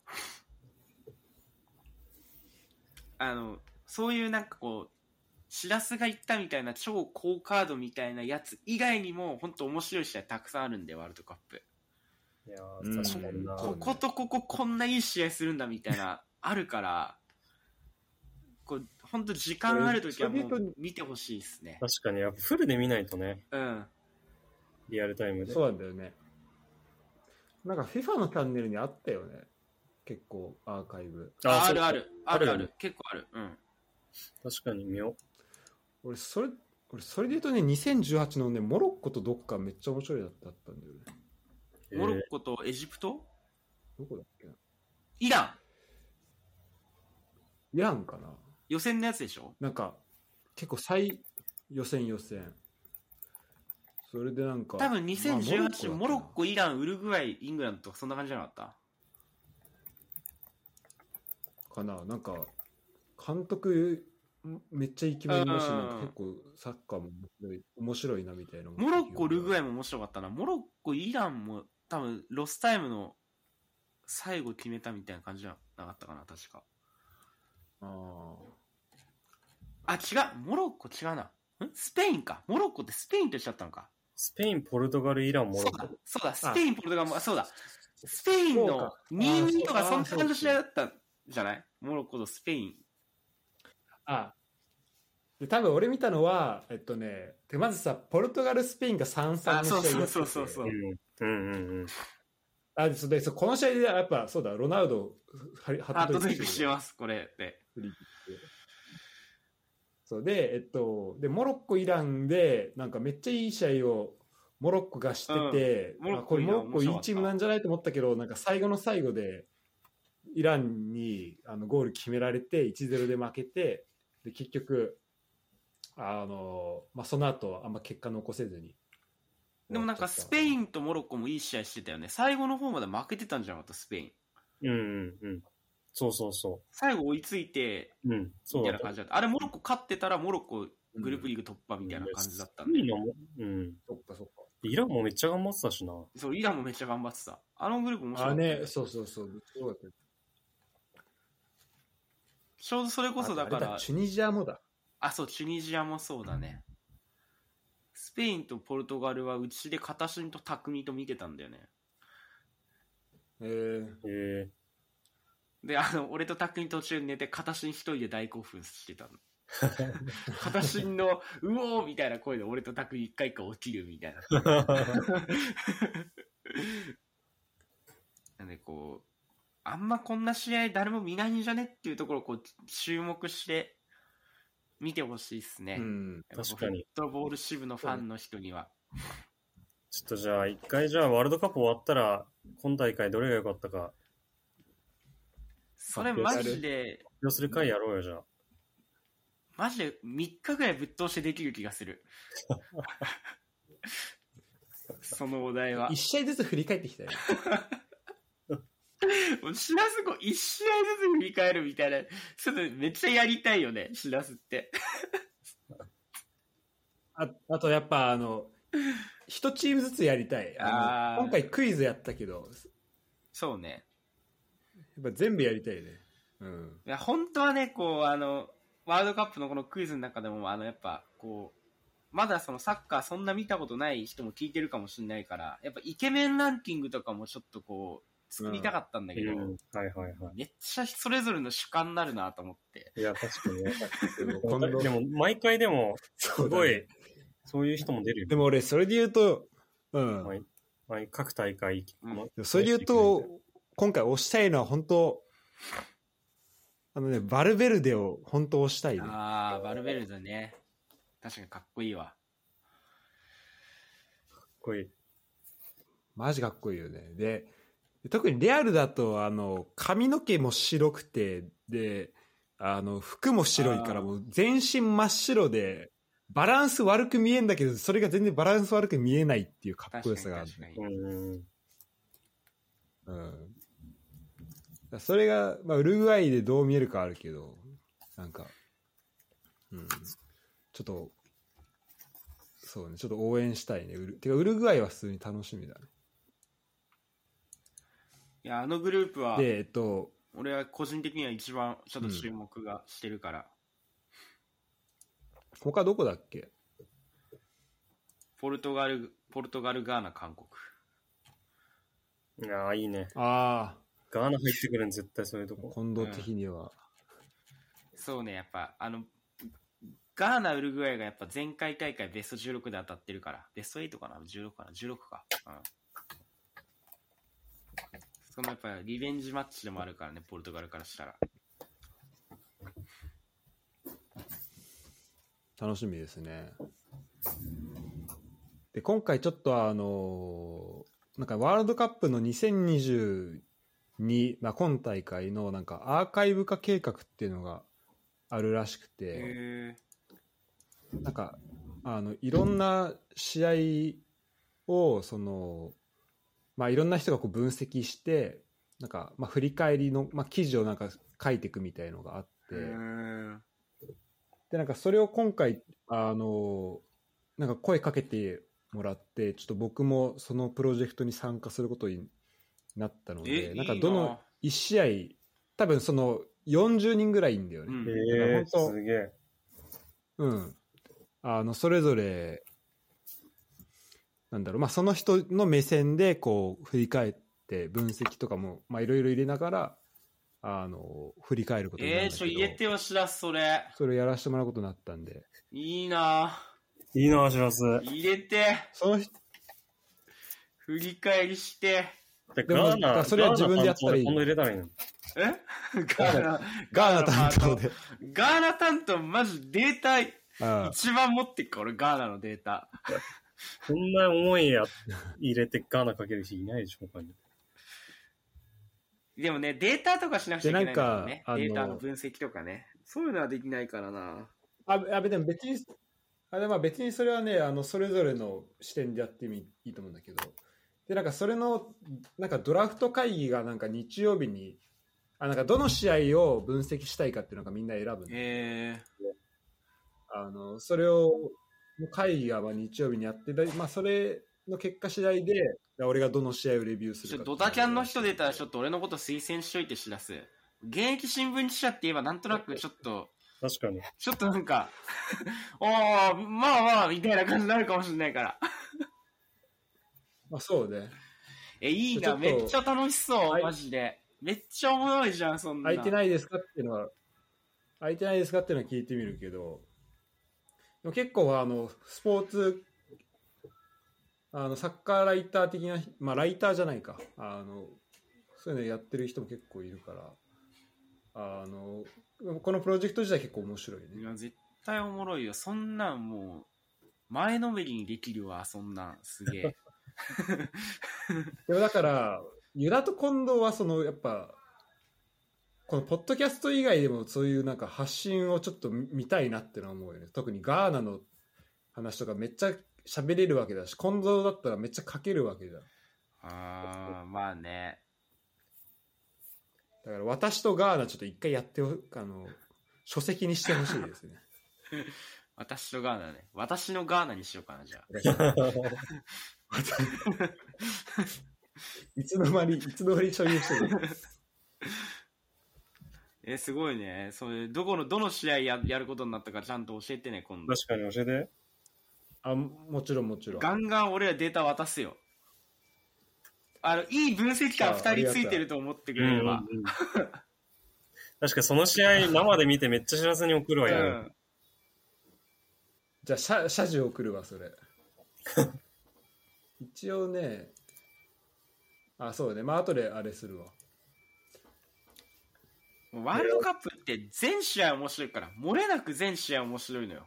そういうなんかこう、シラスが言ったみたいな超高カードみたいなやつ以外にも本当面白い試合たくさんあるんで、ワールドカップ。 いやー、確かにな。 こことこここんないい試合するんだみたいなあるから、こう本当時間あるときはもう見てほしいですね。 確かにやっぱフルで見ないとね。 うん。 リアルタイムで。 そうなんだよね。なんか FIFA のチャンネルにあったよね。結構アーカイブ。 ある。結構ある。うん。 確かに見よ俺それで言うとね、2018のね、モロッコとどっかめっちゃ面白いだったんだよね。 う。 モロッコとエジプト、 どこだっけな。 イランイランかな。 予選のやつでしょ。 なんか結構予選。それでなんか多分2018、モロッココ、イラン、ウルグアイ、イングランドとかそんな感じじゃなかったかな。なんか監督めっちゃイケメンだし、なんか結構サッカーも面白いなみたいな。 モロッコ、ウルグアイも面白かったな。モロッコ、イランも多分ロスタイムの最後決めたみたいな感じじゃなかったかな、確か。違う、モロッコ違うな。スペインか。モロッコってスペインとしちゃったのか。 スペイン、ポルトガル、イラン、モロッコ。 そうだ、スペイン、ポルトガルも、そうだ。スペインの2-2とかそんな感じの試合だったんじゃない？モロッコとスペイン。 で多分俺見たのはまずさ、ポルトガルスペインが 3-3 の試合やってて、 そう。 でこの試合でやっぱそうだ、ロナウドハットトリックしてます、これで。 そうででモロッコイランでなんかめっちゃいい試合をモロッコがしてて、これモロッコいいチームなんじゃないと思ったけど、なんか最後の最後でイランにゴール決められて 1-0 で負けて、で結局その後あんま結果残せずに。 でもなんかスペインとモロッコもいい試合してたよね。最後の方まで負けてたんじゃなかった、スペイン。 そう。 最後追いついて、みたいな感じだった。あれモロッコ勝ってたらモロッコグループリーグ突破みたいな感じだったんで。 そっか。 イランもめっちゃ頑張ってたしな。 そう、イランもめっちゃ頑張ってた。あのグループ面白かった、 ね。そう。 ちょうどそれこそだから。 チュニジアもだ。 そう、チュニジアもそうだね。スペインとポルトガルはうちで片新と匠と見てたんだよね。で、俺と匠途中寝て片新一人で大興奮してたの。片新のうおーみたいな声で俺と匠一回一回起きるみたいな。なんでこう、あんまこんな試合誰も見ないんじゃねっていうところをこう注目して見てほしいですね。 確かに。 フットボール支部のファンの人には。 ちょっとじゃあ、一回じゃあワールドカップ終わったら、今大会どれが良かったか。 それマジで。 発表する回やろうよ、じゃあ。 マジで3日ぐらいぶっ通してできる気がする。そのお題は。 1試合ずつ振り返ってきたよ。 しらす1試合ずつ振り返るみたいな、それめっちゃやりたいよね、しらすって。 あとやっぱ1チームずつやりたい。今回クイズやったけど。 そうね。 やっぱ全部やりたいね。 いや本当はね、こうワールドカップのこのクイズの中でもやっぱこうまだそのサッカーそんな見たことない人も聞いてるかもしれないから、やっぱイケメンランキングとかもちょっとこう作りたかったんだけど、めっちゃそれぞれの主観になるなと思って。 いや確かにでも毎回でもすごいそういう人も出るよ。 でも俺それで言うと、 各大会、 それで言うと今回推したいのは本当バルベルデを本当推したいね。 バルベルデね。確かにかっこいいわ。 かっこいい。 マジかっこいいよね。で、特にレアルだと髪の毛も白くて、で服も白いからもう全身真っ白でバランス悪く見えんだけど、それが全然バランス悪く見えないっていうかっこよさがある。それが、ウルグアイでどう見えるかあるけど、なんか、ちょっとそうね、ちょっと応援したいね。てかウルグアイは普通に楽しみだね。 いや、グループはで俺は個人的には一番ちょっと注目がしてるから。 他どこだっけ？ ポルトガル、ガーナ、韓国。 いやいいね。 ガーナ入ってくるん絶対そういうとこ。 近藤的には、 そうね、やっぱガーナ、ウルグアイがやっぱ前回大会ベスト16で当たってるから、ベスト8かな ?16 かな ?16 か。そのやっぱリベンジマッチでもあるからね、ポルトガルからしたら。 楽しみですね。で今回ちょっとなんかワールドカップの2022、まあ、今大会のなんかアーカイブ化計画っていうのがあるらしくて、なんかいろんな試合をまあ、いろんな人がこう分析してなんか、まあ、振り返りの、まあ、記事をなんか書いていくみたいのがあって、でなんかそれを今回なんか声かけてもらって、ちょっと僕もそのプロジェクトに参加することになったので、なんかどの1試合多分その40人ぐらいいんだよね。 すげえ。 それぞれなんだろう、まあ、その人の目線でこう振り返って分析とかもまあいろいろ入れながら振り返ることになるんだけど、 入れてよしらすそれをやらせてもらうことになったんで、 いいなしらす入れてその人振り返りして、 でもそれは自分でやったらいい。 今度入れたらいいの。 ガーナ担当で。 ガーナ担当マジデータ一番持ってっか俺ガーナのデータ。 こんな重いや入れてガーナかける人いないでしょ他に。 でもねデータとかしなくちゃいけないんだよね。データの分析とかね。そういうのはできないからな。 でも別に別にそれはねそれぞれの視点でやっていいと思うんだけど、でなんかそれのなんかドラフト会議がなんか日曜日になんかどの試合を分析したいかっていうのがみんな選ぶんで、それを会議がまあ日曜日にやって、まあ、それの結果次第で俺がどの試合をレビューするか。 ドタキャンの人出たらちょっと俺のこと推薦しといて知らす。現役新聞記者って言えばなんとなくちょっと確かにちょっとなんかまあまあみたいな感じになるかもしれないからまあそうね。 いいな、めっちゃ楽しそう、マジで。めっちゃおもろいじゃん、そんな。 空いてないですかっていうのは聞いてみるけど、でも結構スポーツサッカーライター的な、まあライターじゃないか、そういうのやってる人も結構いるから、このプロジェクト自体結構面白いね。 いや絶対おもろいよ。そんなんもう前のめりにできるわ、そんなんすげえ。 でもだからユダと近藤はやっぱこのポッドキャスト以外でもそういうなんか発信をちょっと見たいなってのは思うよね。特にガーナの話とかめっちゃ喋れるわけだし、近藤だったらめっちゃ書けるわけじゃん。 まあね。 だから私とガーナちょっと一回やって書籍にしてほしいですね。 私とガーナね。私のガーナにしようかな、じゃあ。 いつの間に所有してる。すごいね。それどの試合やることになったかちゃんと教えてね、今度。 確かに教えて。 もちろん。 ガンガン俺らデータ渡すよ。いい分析官2人ついてると思ってくれれば。 確かにその試合生で見てめっちゃ知らずに送るわや、 じゃあ謝辞送るわそれ。一応ね、そうね、まあ後であれするわ。 ワールドカップって全試合面白いから、漏れなく全試合面白いのよ。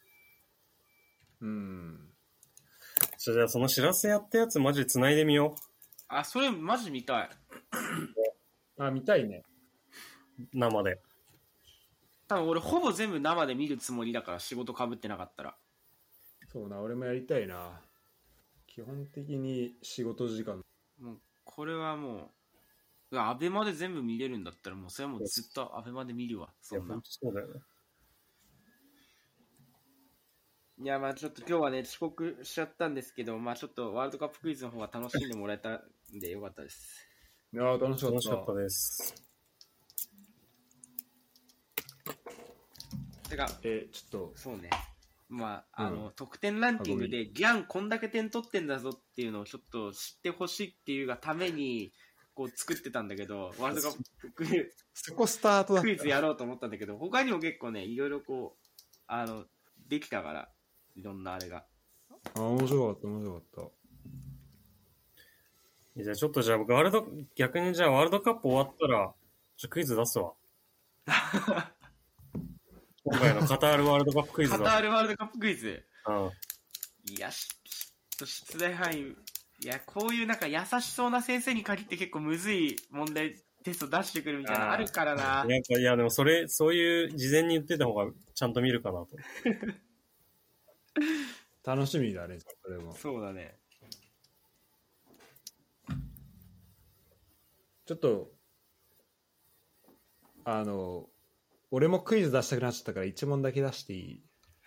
じゃあその知らせやったやつマジで繋いでみよう。それマジ見たい。 見たいね。 生で。 多分俺ほぼ全部生で見るつもりだから、仕事かぶってなかったら。 そうな、俺もやりたいな。基本的に仕事時間。 もうこれはもうアベマで全部見れるんだったら、もうそれはもうずっとアベマで見るわ。そんな。 そうだよね。 いや、まあちょっと今日はね遅刻しちゃったんですけど、まあちょっとワールドカップクイズの方が楽しんでもらえたんでよかったです。 いや楽しかったです。 てか、 ちょっとそうね。まあ得点ランキングでギャンこんだけ点取ってんだぞっていうのをちょっと知ってほしいっていうがためにこう作ってたんだけど、ワールドカップクイズそこスタートだった。 クイズやろうと思ったんだけど、他にも結構ねいろいろこうできたから、いろんなあれが。 面白かった。 じゃあちょっと逆にじゃあワールドカップ終わったらクイズ出すわ。 今回のカタールワールドカップクイズだ。 カタールワールドカップクイズ。 うん。 いや、出題範囲。いや、こういうなんか優しそうな先生に限って結構むずい問題テスト出してくるみたいなのあるからな。 なんかいやでもそういう事前に言ってた方がちゃんと見るかなと。 楽しみだね、それも。 そうだね。 ちょっと俺もクイズ出したくなっちゃったから1問だけ出していい？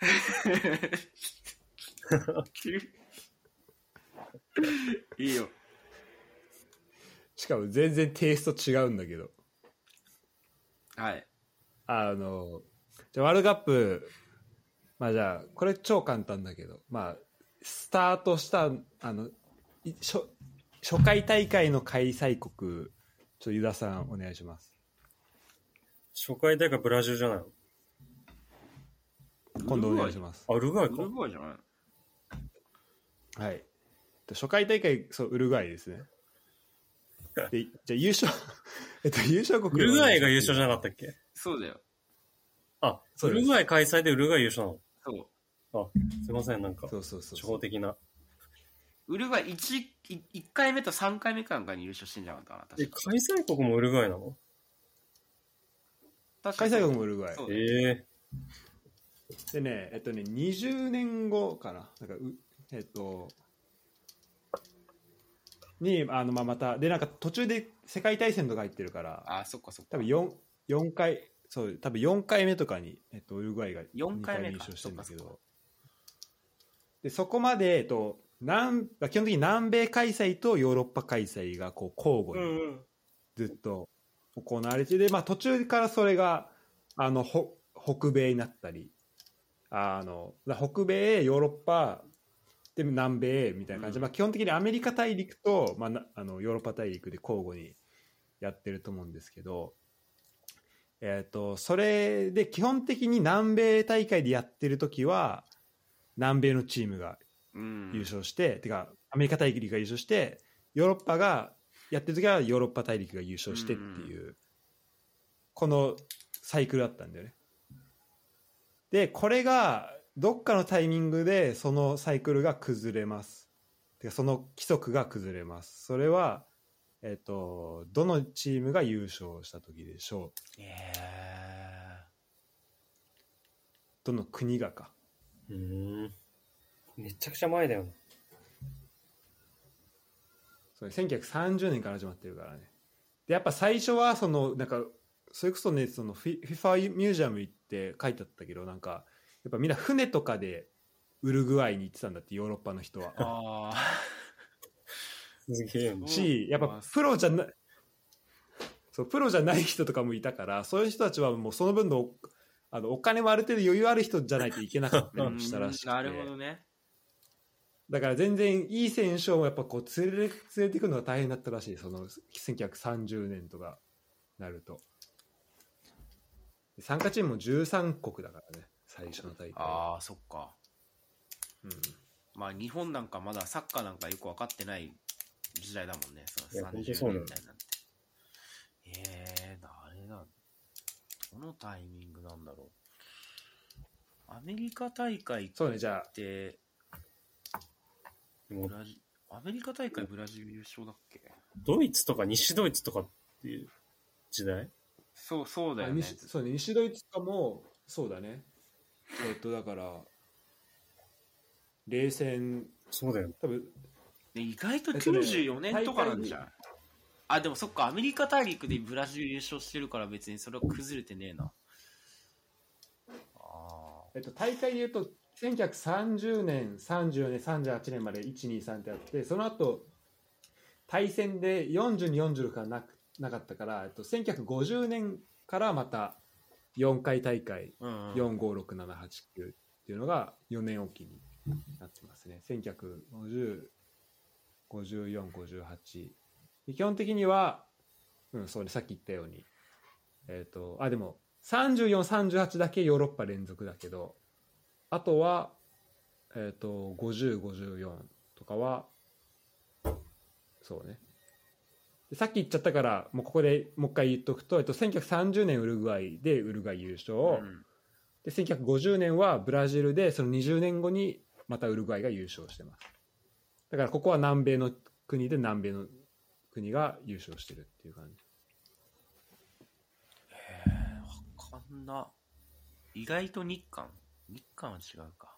いいよ。 しかも全然テイスト違うんだけど。 はい。 じゃあワールドカップ、まあじゃあこれ超簡単だけど、まあスタートした初回大会の開催国、ちょっとユダさんお願いします。 初回大会ブラジルじゃないの？ 今度お願いします。 あ、ウルグアイか。 ウルグアイじゃない？ はい。初回大会、そう、ウルグアイですね。で、じゃあ優勝、優勝国。 ウルグアイが優勝じゃなかったっけ？ そうだよ。 あ、ウルグアイ開催でウルグアイ優勝なの？ そう。 あ、すいません、なんか、 そう初歩的な。 ウルグアイ1回目と3回目かなんかに優勝してんじゃなかったかな。 開催国もウルグアイなの？ 開催国もウルグアイ。でね、20年後かな。なんかまた、で、なんか途中で世界大戦とか入ってるから、 あ、そっかそっか。 多分4回、そう、多分4回目とかに、ウルグアイが 4回目優勝してるんだけど、で、そこまで、基本的に南米開催とヨーロッパ開催がこう交互にずっと行われて、で、まあ途中からそれが、北米になったり、北米、ヨーロッパ、で南米みたいな感じで、まあ、基本的にアメリカ大陸と、まあ、ヨーロッパ大陸で交互にやってると思うんですけど、それで基本的に南米大会でやってる時は南米のチームが優勝して、てかアメリカ大陸が優勝して、ヨーロッパがやってる時はヨーロッパ大陸が優勝してっていう、このサイクルだったんだよね。でこれがどっかのタイミングでそのサイクルが崩れます。てかその規則が崩れます。それは、どのチームが優勝した時でしょう？どの国がか。 めちゃくちゃ前だよね。 それ1930年から始まってるからね。でやっぱ最初はなんかそれこそね、そのFIFA ミュージアム行って書いてあったけど、なんかやっぱみんな船とかでウルグアイに行ってたんだって、ヨーロッパの人は。 あすげえし、やっぱプロじゃない人とかもいたから、そういう人たちはもうその分のお金もある程度余裕ある人じゃないといけなかったりしたらしくて。 なるほどね。 だから全然いい選手をやっぱこう連れていくのが大変だったらしい。その1930年とかなると。参加チームも13国だからね、最初の大会。 ああ、そっか。まあ日本なんかまだサッカーなんかよく分かってない時代だもんね。その30年代なんて。誰だ？どのタイミングなんだろう。アメリカ大会って、 そうね、じゃあアメリカ大会ブラジル優勝だっけ？ ドイツとか西ドイツとかっていう時代？ そうだよね。 そうね、西ドイツとかもそうだね。だから冷戦、 そうだよ。 多分意外と94年とかなんじゃん。あ、でもそっか、アメリカ大陸でブラジル優勝してるから別にそれは崩れてねえな。 大会でいうと1930年、34年、38年まで1、2、3ってあって、その後対戦で42、46がなかったから、1950年からまた4回大会、4、5、6、7、8、9っていうのが4年おきになってますね。1950、54、58。基本的には、そうね、さっき言ったように、でも34、38だけヨーロッパ連続だけど、あとは、50、54とかは、そうね。でさっき言っちゃったから、もうここでもう一回言っとくと、1930年ウルグアイでウルグアイ優勝、でで1950年はブラジルでその20年後にまたウルグアイが優勝してます。だからここは南米の国で南米の国が優勝してるっていう感じ。 わかんな。意外と日韓は違うか。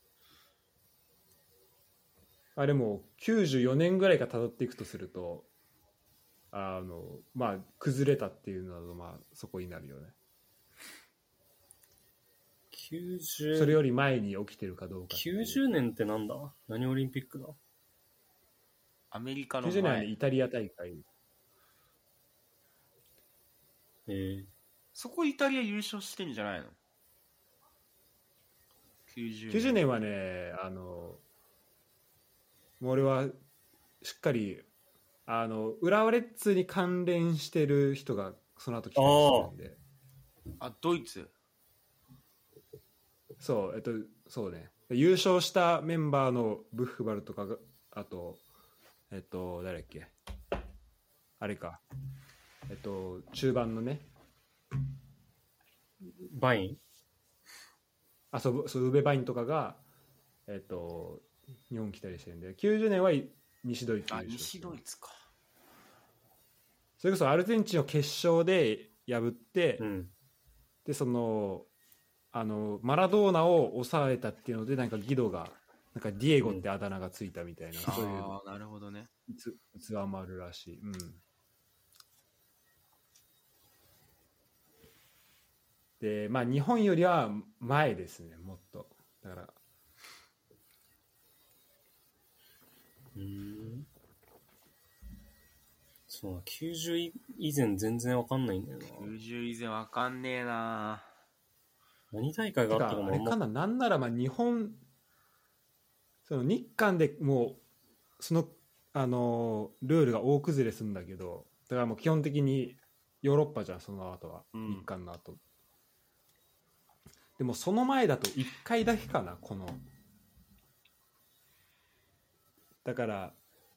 あれも94年ぐらいから辿っていくとするとまあ崩れたっていうのはまあそこになるよね。それより前に起きてるかどうか。 90年ってなんだ？何オリンピックだ？ アメリカの前。 90年はね、イタリア大会。 そこイタリア優勝してんじゃないの ？90年はね、もう俺はしっかり浦和レッズに関連してる人がその後来たりしたんで。 ドイツ。 そう、そうね。優勝したメンバーのブッフバルとかが、あと、誰だっけ、あれか、中盤のね、 バイン？ そう、ウベバインとかが、日本来たりしてるんで、90年は西ドイツ優勝。 西ドイツか。 それこそアルゼンチンを決勝で破って、で、マラドーナを抑えたっていうので、なんかギドが、なんかディエゴってあだ名がついたみたいな、そういう、 なるほどね。 逸話もあるらしい。で、まあ日本よりは前ですね、もっと。だから。 そう、90以前全然わかんないんだよな。 90以前わかんねえな。 何大会があったかも。 あれかな、なんならまあ日本、その日韓でもうそのルールが大崩れするんだけど、だからもう基本的にヨーロッパじゃん、その後は、日韓の後。でもその前だと1回だけかな、この。だから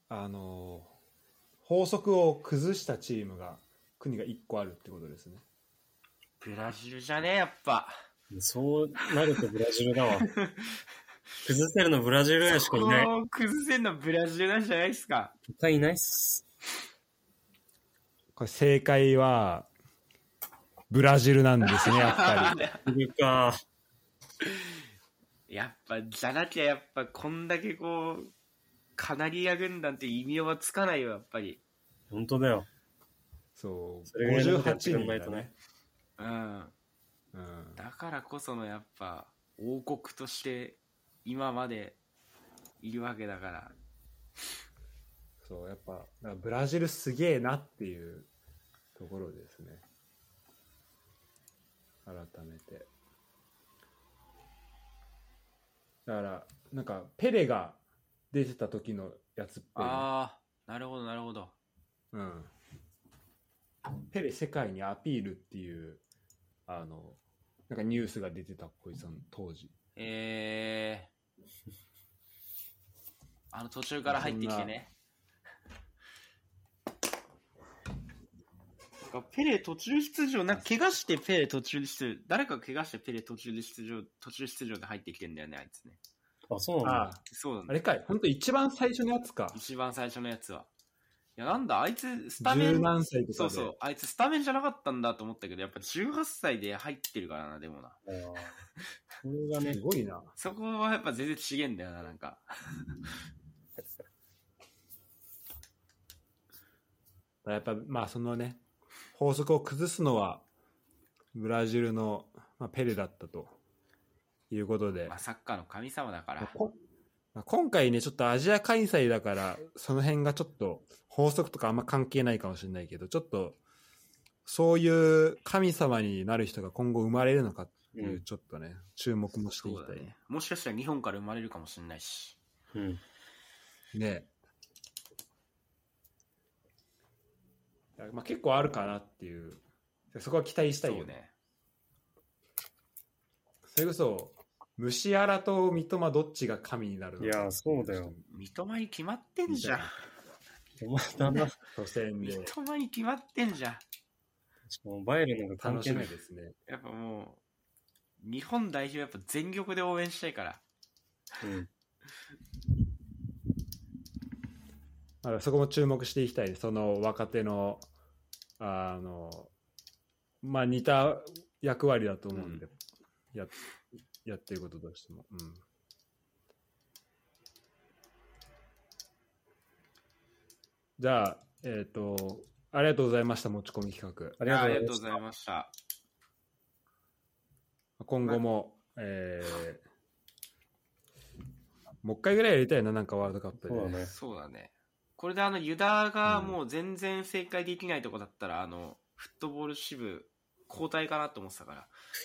法則を崩したチームが国が1個あるってことですね。 ブラジルじゃねえ、やっぱ。 そうなるとブラジルだわ。崩せるのブラジルぐらいしかいない。 崩せるのブラジルなんじゃないですか。 他いないっす。 これ正解はブラジルなんですね、やっぱり。 いるか。 やっぱじゃなきゃやっぱこんだけこうカナリア軍団って異名はつかないよ、やっぱり。 本当だよ。 そう、 それ 58人だね。 だからこそのやっぱ王国として今までいるわけだから。 そう、やっぱブラジルすげえなっていうところですね、改めて。だからなんかペレが出てた時のやつっぽい、ね。 なるほどなるほど。 ペレ世界にアピールっていうなんかニュースが出てたっぽい、その当時。 途中から入ってきてね。ペレ途中出場、なんか怪我してペレ途中出場、誰かが怪我してペレ途中出場で入ってきてんだよね、あいつね。 そうなんだ。 そうなんだ。 あれかい、本当一番最初のやつか。 一番最初のやつは。いや、なんだ、あいつスタメン。 10何歳とかで。 そう、あいつスタメンじゃなかったんだと思ったけど、やっぱ18歳で入ってるからな、でもな。 それがね、 すごいな。 そこはやっぱ全然違えんだよな、なんか。 やっぱまあそのね、法則を崩すのはブラジルの、ペレだったということで、 サッカーの神様だから。 今回ねちょっとアジア開催だからその辺がちょっと法則とかあんま関係ないかもしれないけど、ちょっとそういう神様になる人が今後生まれるのかっていう、ちょっとね注目もしていきたい、 ね。もしかしたら日本から生まれるかもしれないし。 ね。結構あるかなっていう、そこは期待したいよね。それこそムシアラと三笘どっちが神になるのか。 いや、そうだよ。 三笘に決まってんじゃん。 だな。 初戦で。 三笘に決まってんじゃん。 しかもバイエルンが関係ないですね。 やっぱも日本代表やっぱ全力で応援したいから。 うん。 そこも注目していきたい。その若手のまあ似た役割だと思うんで、やってることとしても。じゃあありがとうございました。持ち込み企画。 ありがとうございました。 今後も、もう一回ぐらいやりたいな、なんかワールドカップで。 そうだね。これでユダがもう全然正解できないとこだったら、フットボール支部交代かなと思ってたから。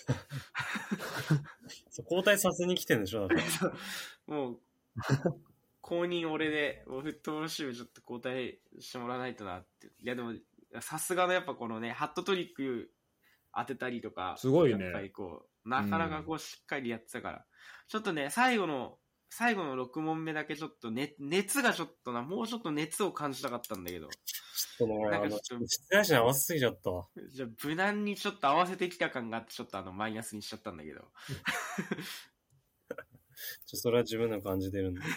交代させに来てんでしょ。 もう公認俺でもうフットボール支部ちょっと交代してもらわないとなって。いやでもさすがのやっぱこのねハットトリック当てたりとかすごいね。 やっぱりこうなかなかこうしっかりやってたから、ちょっとね最後の6問目だけちょっと、熱がちょっともうちょっと熱を感じたかったんだけど。 ちょっとね、なんかちょっと出題者に合わせすぎちゃったわ。 じゃあ無難にちょっと合わせてきた感があってちょっとマイナスにしちゃったんだけど。 それは自分でも感じてるんで。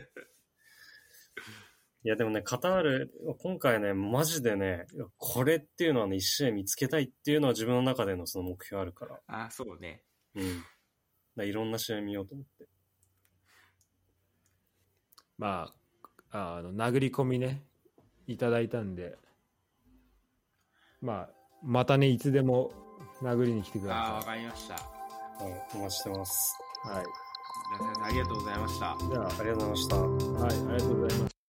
いやでもね、カタール、今回ね、マジでね、これっていうのはね、一試合見つけたいっていうのは自分の中でのその目標あるから。 あ、そうね。 いろんな試合見ようと思って。 まあ、殴り込みね、いただいたんで、またね、いつでも殴りに来てください。 わかりました。 はい、お待ちしてます。 はい。 ありがとうございました。 じゃあ、 ありがとうございました。 はい、ありがとうございます。